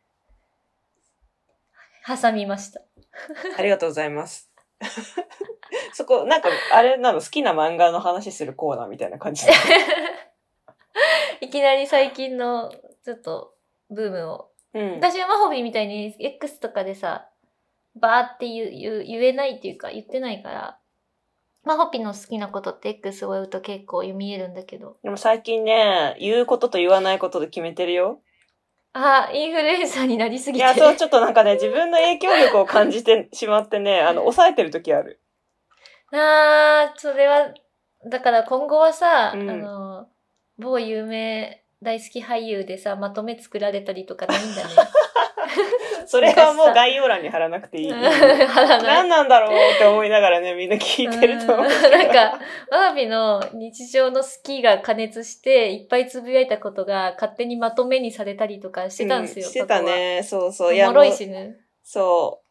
挟みました。 ありがとうございます。そこ、なんか、あれなの好きな漫画の話するコーナーみたいな感じで。 いきなり最近のちょっとブームを。うん、私はマホビーみたいに X とかでさ、バーって言う、言う、言えないっていうか言ってないから、マホピの好きなことって X を追うと結構読みえるんだけど。 でも最近ね、言うことと言わないことで決めてるよ。 ああ、インフルエンサーになりすぎて。 いや、そう、ちょっとなんかね、自分の影響力を感じてしまってね、あの、抑えてる時ある。 ああ、それは、だから今後はさ、うん、あの、某有名大好き俳優でさ、まとめ作られたりとかないんだね。 それはもう概要欄に貼らなくていい。貼らない。何なんだろうって思いながらね、みんな聞いてると思う。 なんか、ワービの日常の好きが加熱して、いっぱいつぶやいたことが勝手にまとめにされたりとかしてたんですよ。 うん、してたね。そうそう。 いや、おもろいしね。 そう。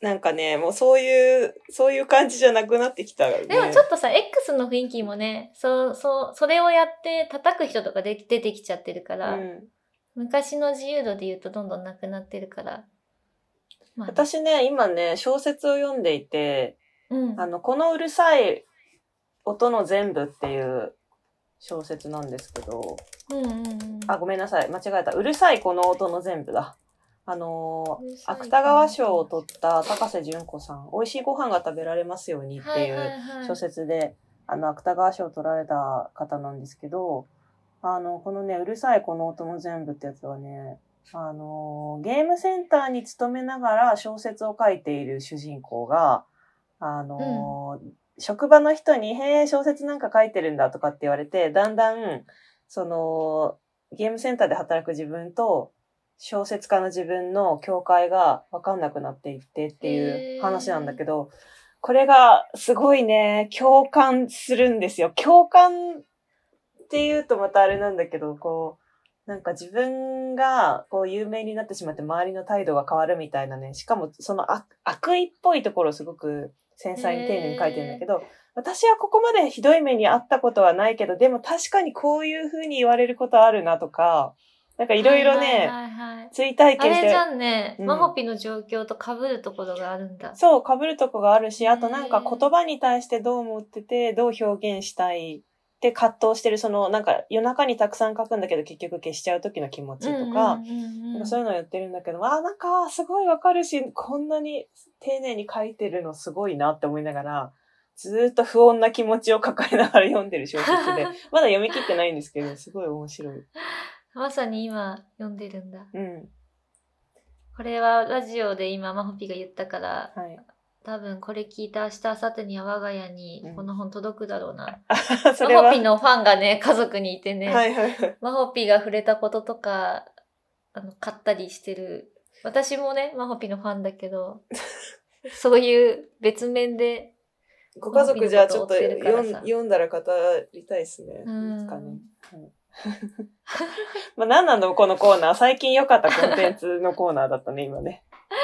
なんかね、もうそういう、そういう感じじゃなくなってきた、ね。 でもちょっとさ、X の雰囲気もね、そう、そう、それをやって叩く人とかで出てきちゃってるから、うん、昔の自由度で言うとどんどんなくなってるから。 まあね、私ね、今ね、小説を読んでいて、うん、あの、このうるさい音の全部っていう小説なんですけど、うんうんうん、あ、ごめんなさい、間違えた。うるさいこの音の全部だ。あのー、芥川賞を取った高瀬淳子さん、美味しいご飯が食べられますようにっていう小説で、はいはいはい、あの、芥川賞を取られた方なんですけど、あの、このね、うるさいこの音の全部ってやつはね、あの、ゲームセンターに勤めながら小説を書いている主人公が、あの、うん、職場の人に、へえ、小説なんか書いてるんだとかって言われて、だんだん、その、ゲームセンターで働く自分と、小説家の自分の境界が分かんなくなっていってっていう話なんだけど、これがすごいね、共感するんですよ。共感っていうとまたあれなんだけど、こう、なんか自分がこう有名になってしまって周りの態度が変わるみたいなね、しかもその悪、悪意っぽいところをすごく繊細に丁寧に書いてるんだけど、私はここまでひどい目に遭ったことはないけど、でも確かにこういう風に言われることあるなとか、なんかいろいろね、追体験して。 あれじゃんね、うん、マホピの状況と被るところがあるんだ。 そう、被るところがあるし、あとなんか言葉に対してどう思ってて、どう表現したいって葛藤してる、そのなんか夜中にたくさん書くんだけど結局消しちゃう時の気持ちとか、なんかそういうのを言ってるんだけど、あ、なんかすごいわかるし、こんなに丁寧に書いてるのすごいなって思いながら、ずーっと不穏な気持ちを抱えながら読んでる小説で、まだ読み切ってないんですけど、すごい面白い。 まさに今読んでるんだ。 うん。 これはラジオで今マホピが言ったから、はい、多分これ聞いた明日明後日には我が家にこの本届くだろうな。うん、それはマホピのファンがね、家族にいてね、はいはいはい、マホピが触れたこととか、あの、買ったりしてる。私もね、マホピのファンだけど、そういう別面で。 ご家族じゃあちょっと読んだら語りたいですね。うん。いつかね。はいまあ何なんだこのコーナー。最近良かったコンテンツのコーナーだったね、今ね。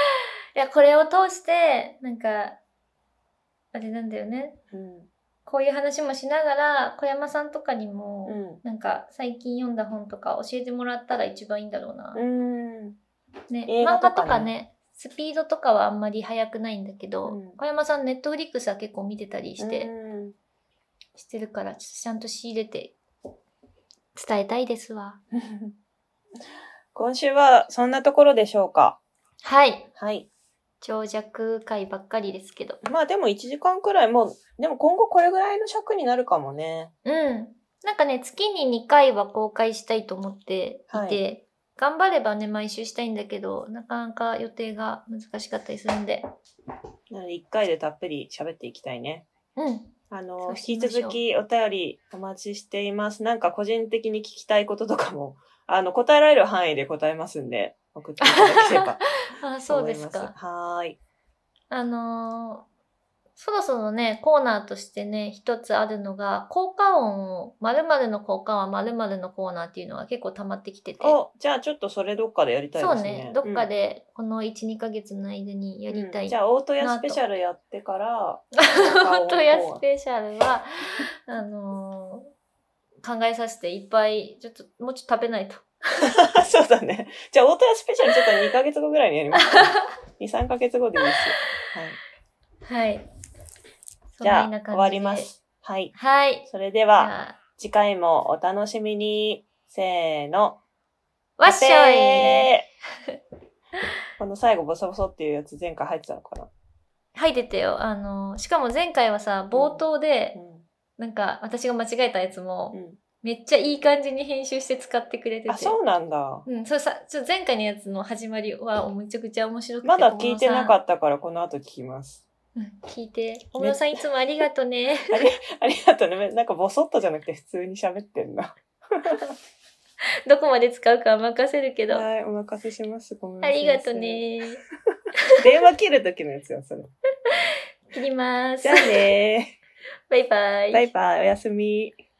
いや、これを通して、なんか、あれなんだよね。うん、こういう話もしながら、小山さんとかにも、うん、なんか最近読んだ本とか教えてもらったら一番いいんだろうな。うん、ね、漫画とかね、スピードとかはあんまり速くないんだけど、うん、小山さんネットフリックスは結構見てたりして、うん、してるから、ちゃんと仕入れて伝えたいですわ。 今週はそんなところでしょうか。 はい。 はい。 長尺回ばっかりですけど。 まあでもいちじかんくらいもう、でも今後これぐらいの尺になるかもね。 うん。なんかね、月ににかいは公開したいと思っていて、はい、頑張ればね、毎週したいんだけど、なかなか予定が難しかったりするんで。 なのでいっかいでたっぷり喋っていきたいね。 うん。 あの、引き続きお便りお待ちしています。なんか個人的に聞きたいこととかも、あの、答えられる範囲で答えますんで、送っていただければ。 あ、そうですか。 はーい。 あのー、そろそろね、コーナーとしてね、一つあるのが、効果音を、〇〇の効果音は〇〇のコーナーっていうのが結構溜まってきてて。 お、じゃあちょっとそれどっかでやりたいですね。 そうね、どっかでこのいち、にかげつの間にやりたい、うん。 じゃあ、大戸屋スペシャルやってから、 大戸屋スペシャルは、あのー、考えさせていっぱい、ちょっと、もうちょっと食べないと。 そうだね。じゃあ、大戸屋スペシャルちょっとにかげつごぐらいにやりますか、ね。に、さんかげつごでいいですよ。はい。はい。 じゃあ、終わります。はい。 はい。 それでは、次回もお楽しみに。せーの。 わっしょいこの最後ボソボソっていうやつ前回入ってたのかな？ 入ってたよ。あの、しかも前回はさ、冒頭で、うんうん、なんか私が間違えたやつも、うん、めっちゃいい感じに編集して使ってくれてて。 あ、そうなんだ。 うん、それさ、ちょっと前回のやつの始まりはめちゃくちゃ面白くて。 まだ聞いてなかったからこの後聞きます。 うん、聞いて。小室さんいつもありがとね。 あり、ありがとね。なんかボソッとじゃなくて普通に喋ってんな。 どこまで使うかは任せるけど。 はい、お任せします。ごめんなさい。ありがとね。 電話切るときのやつよ、それ。 切ります。 じゃあねバイバイ。 バイバイ、おやすみ。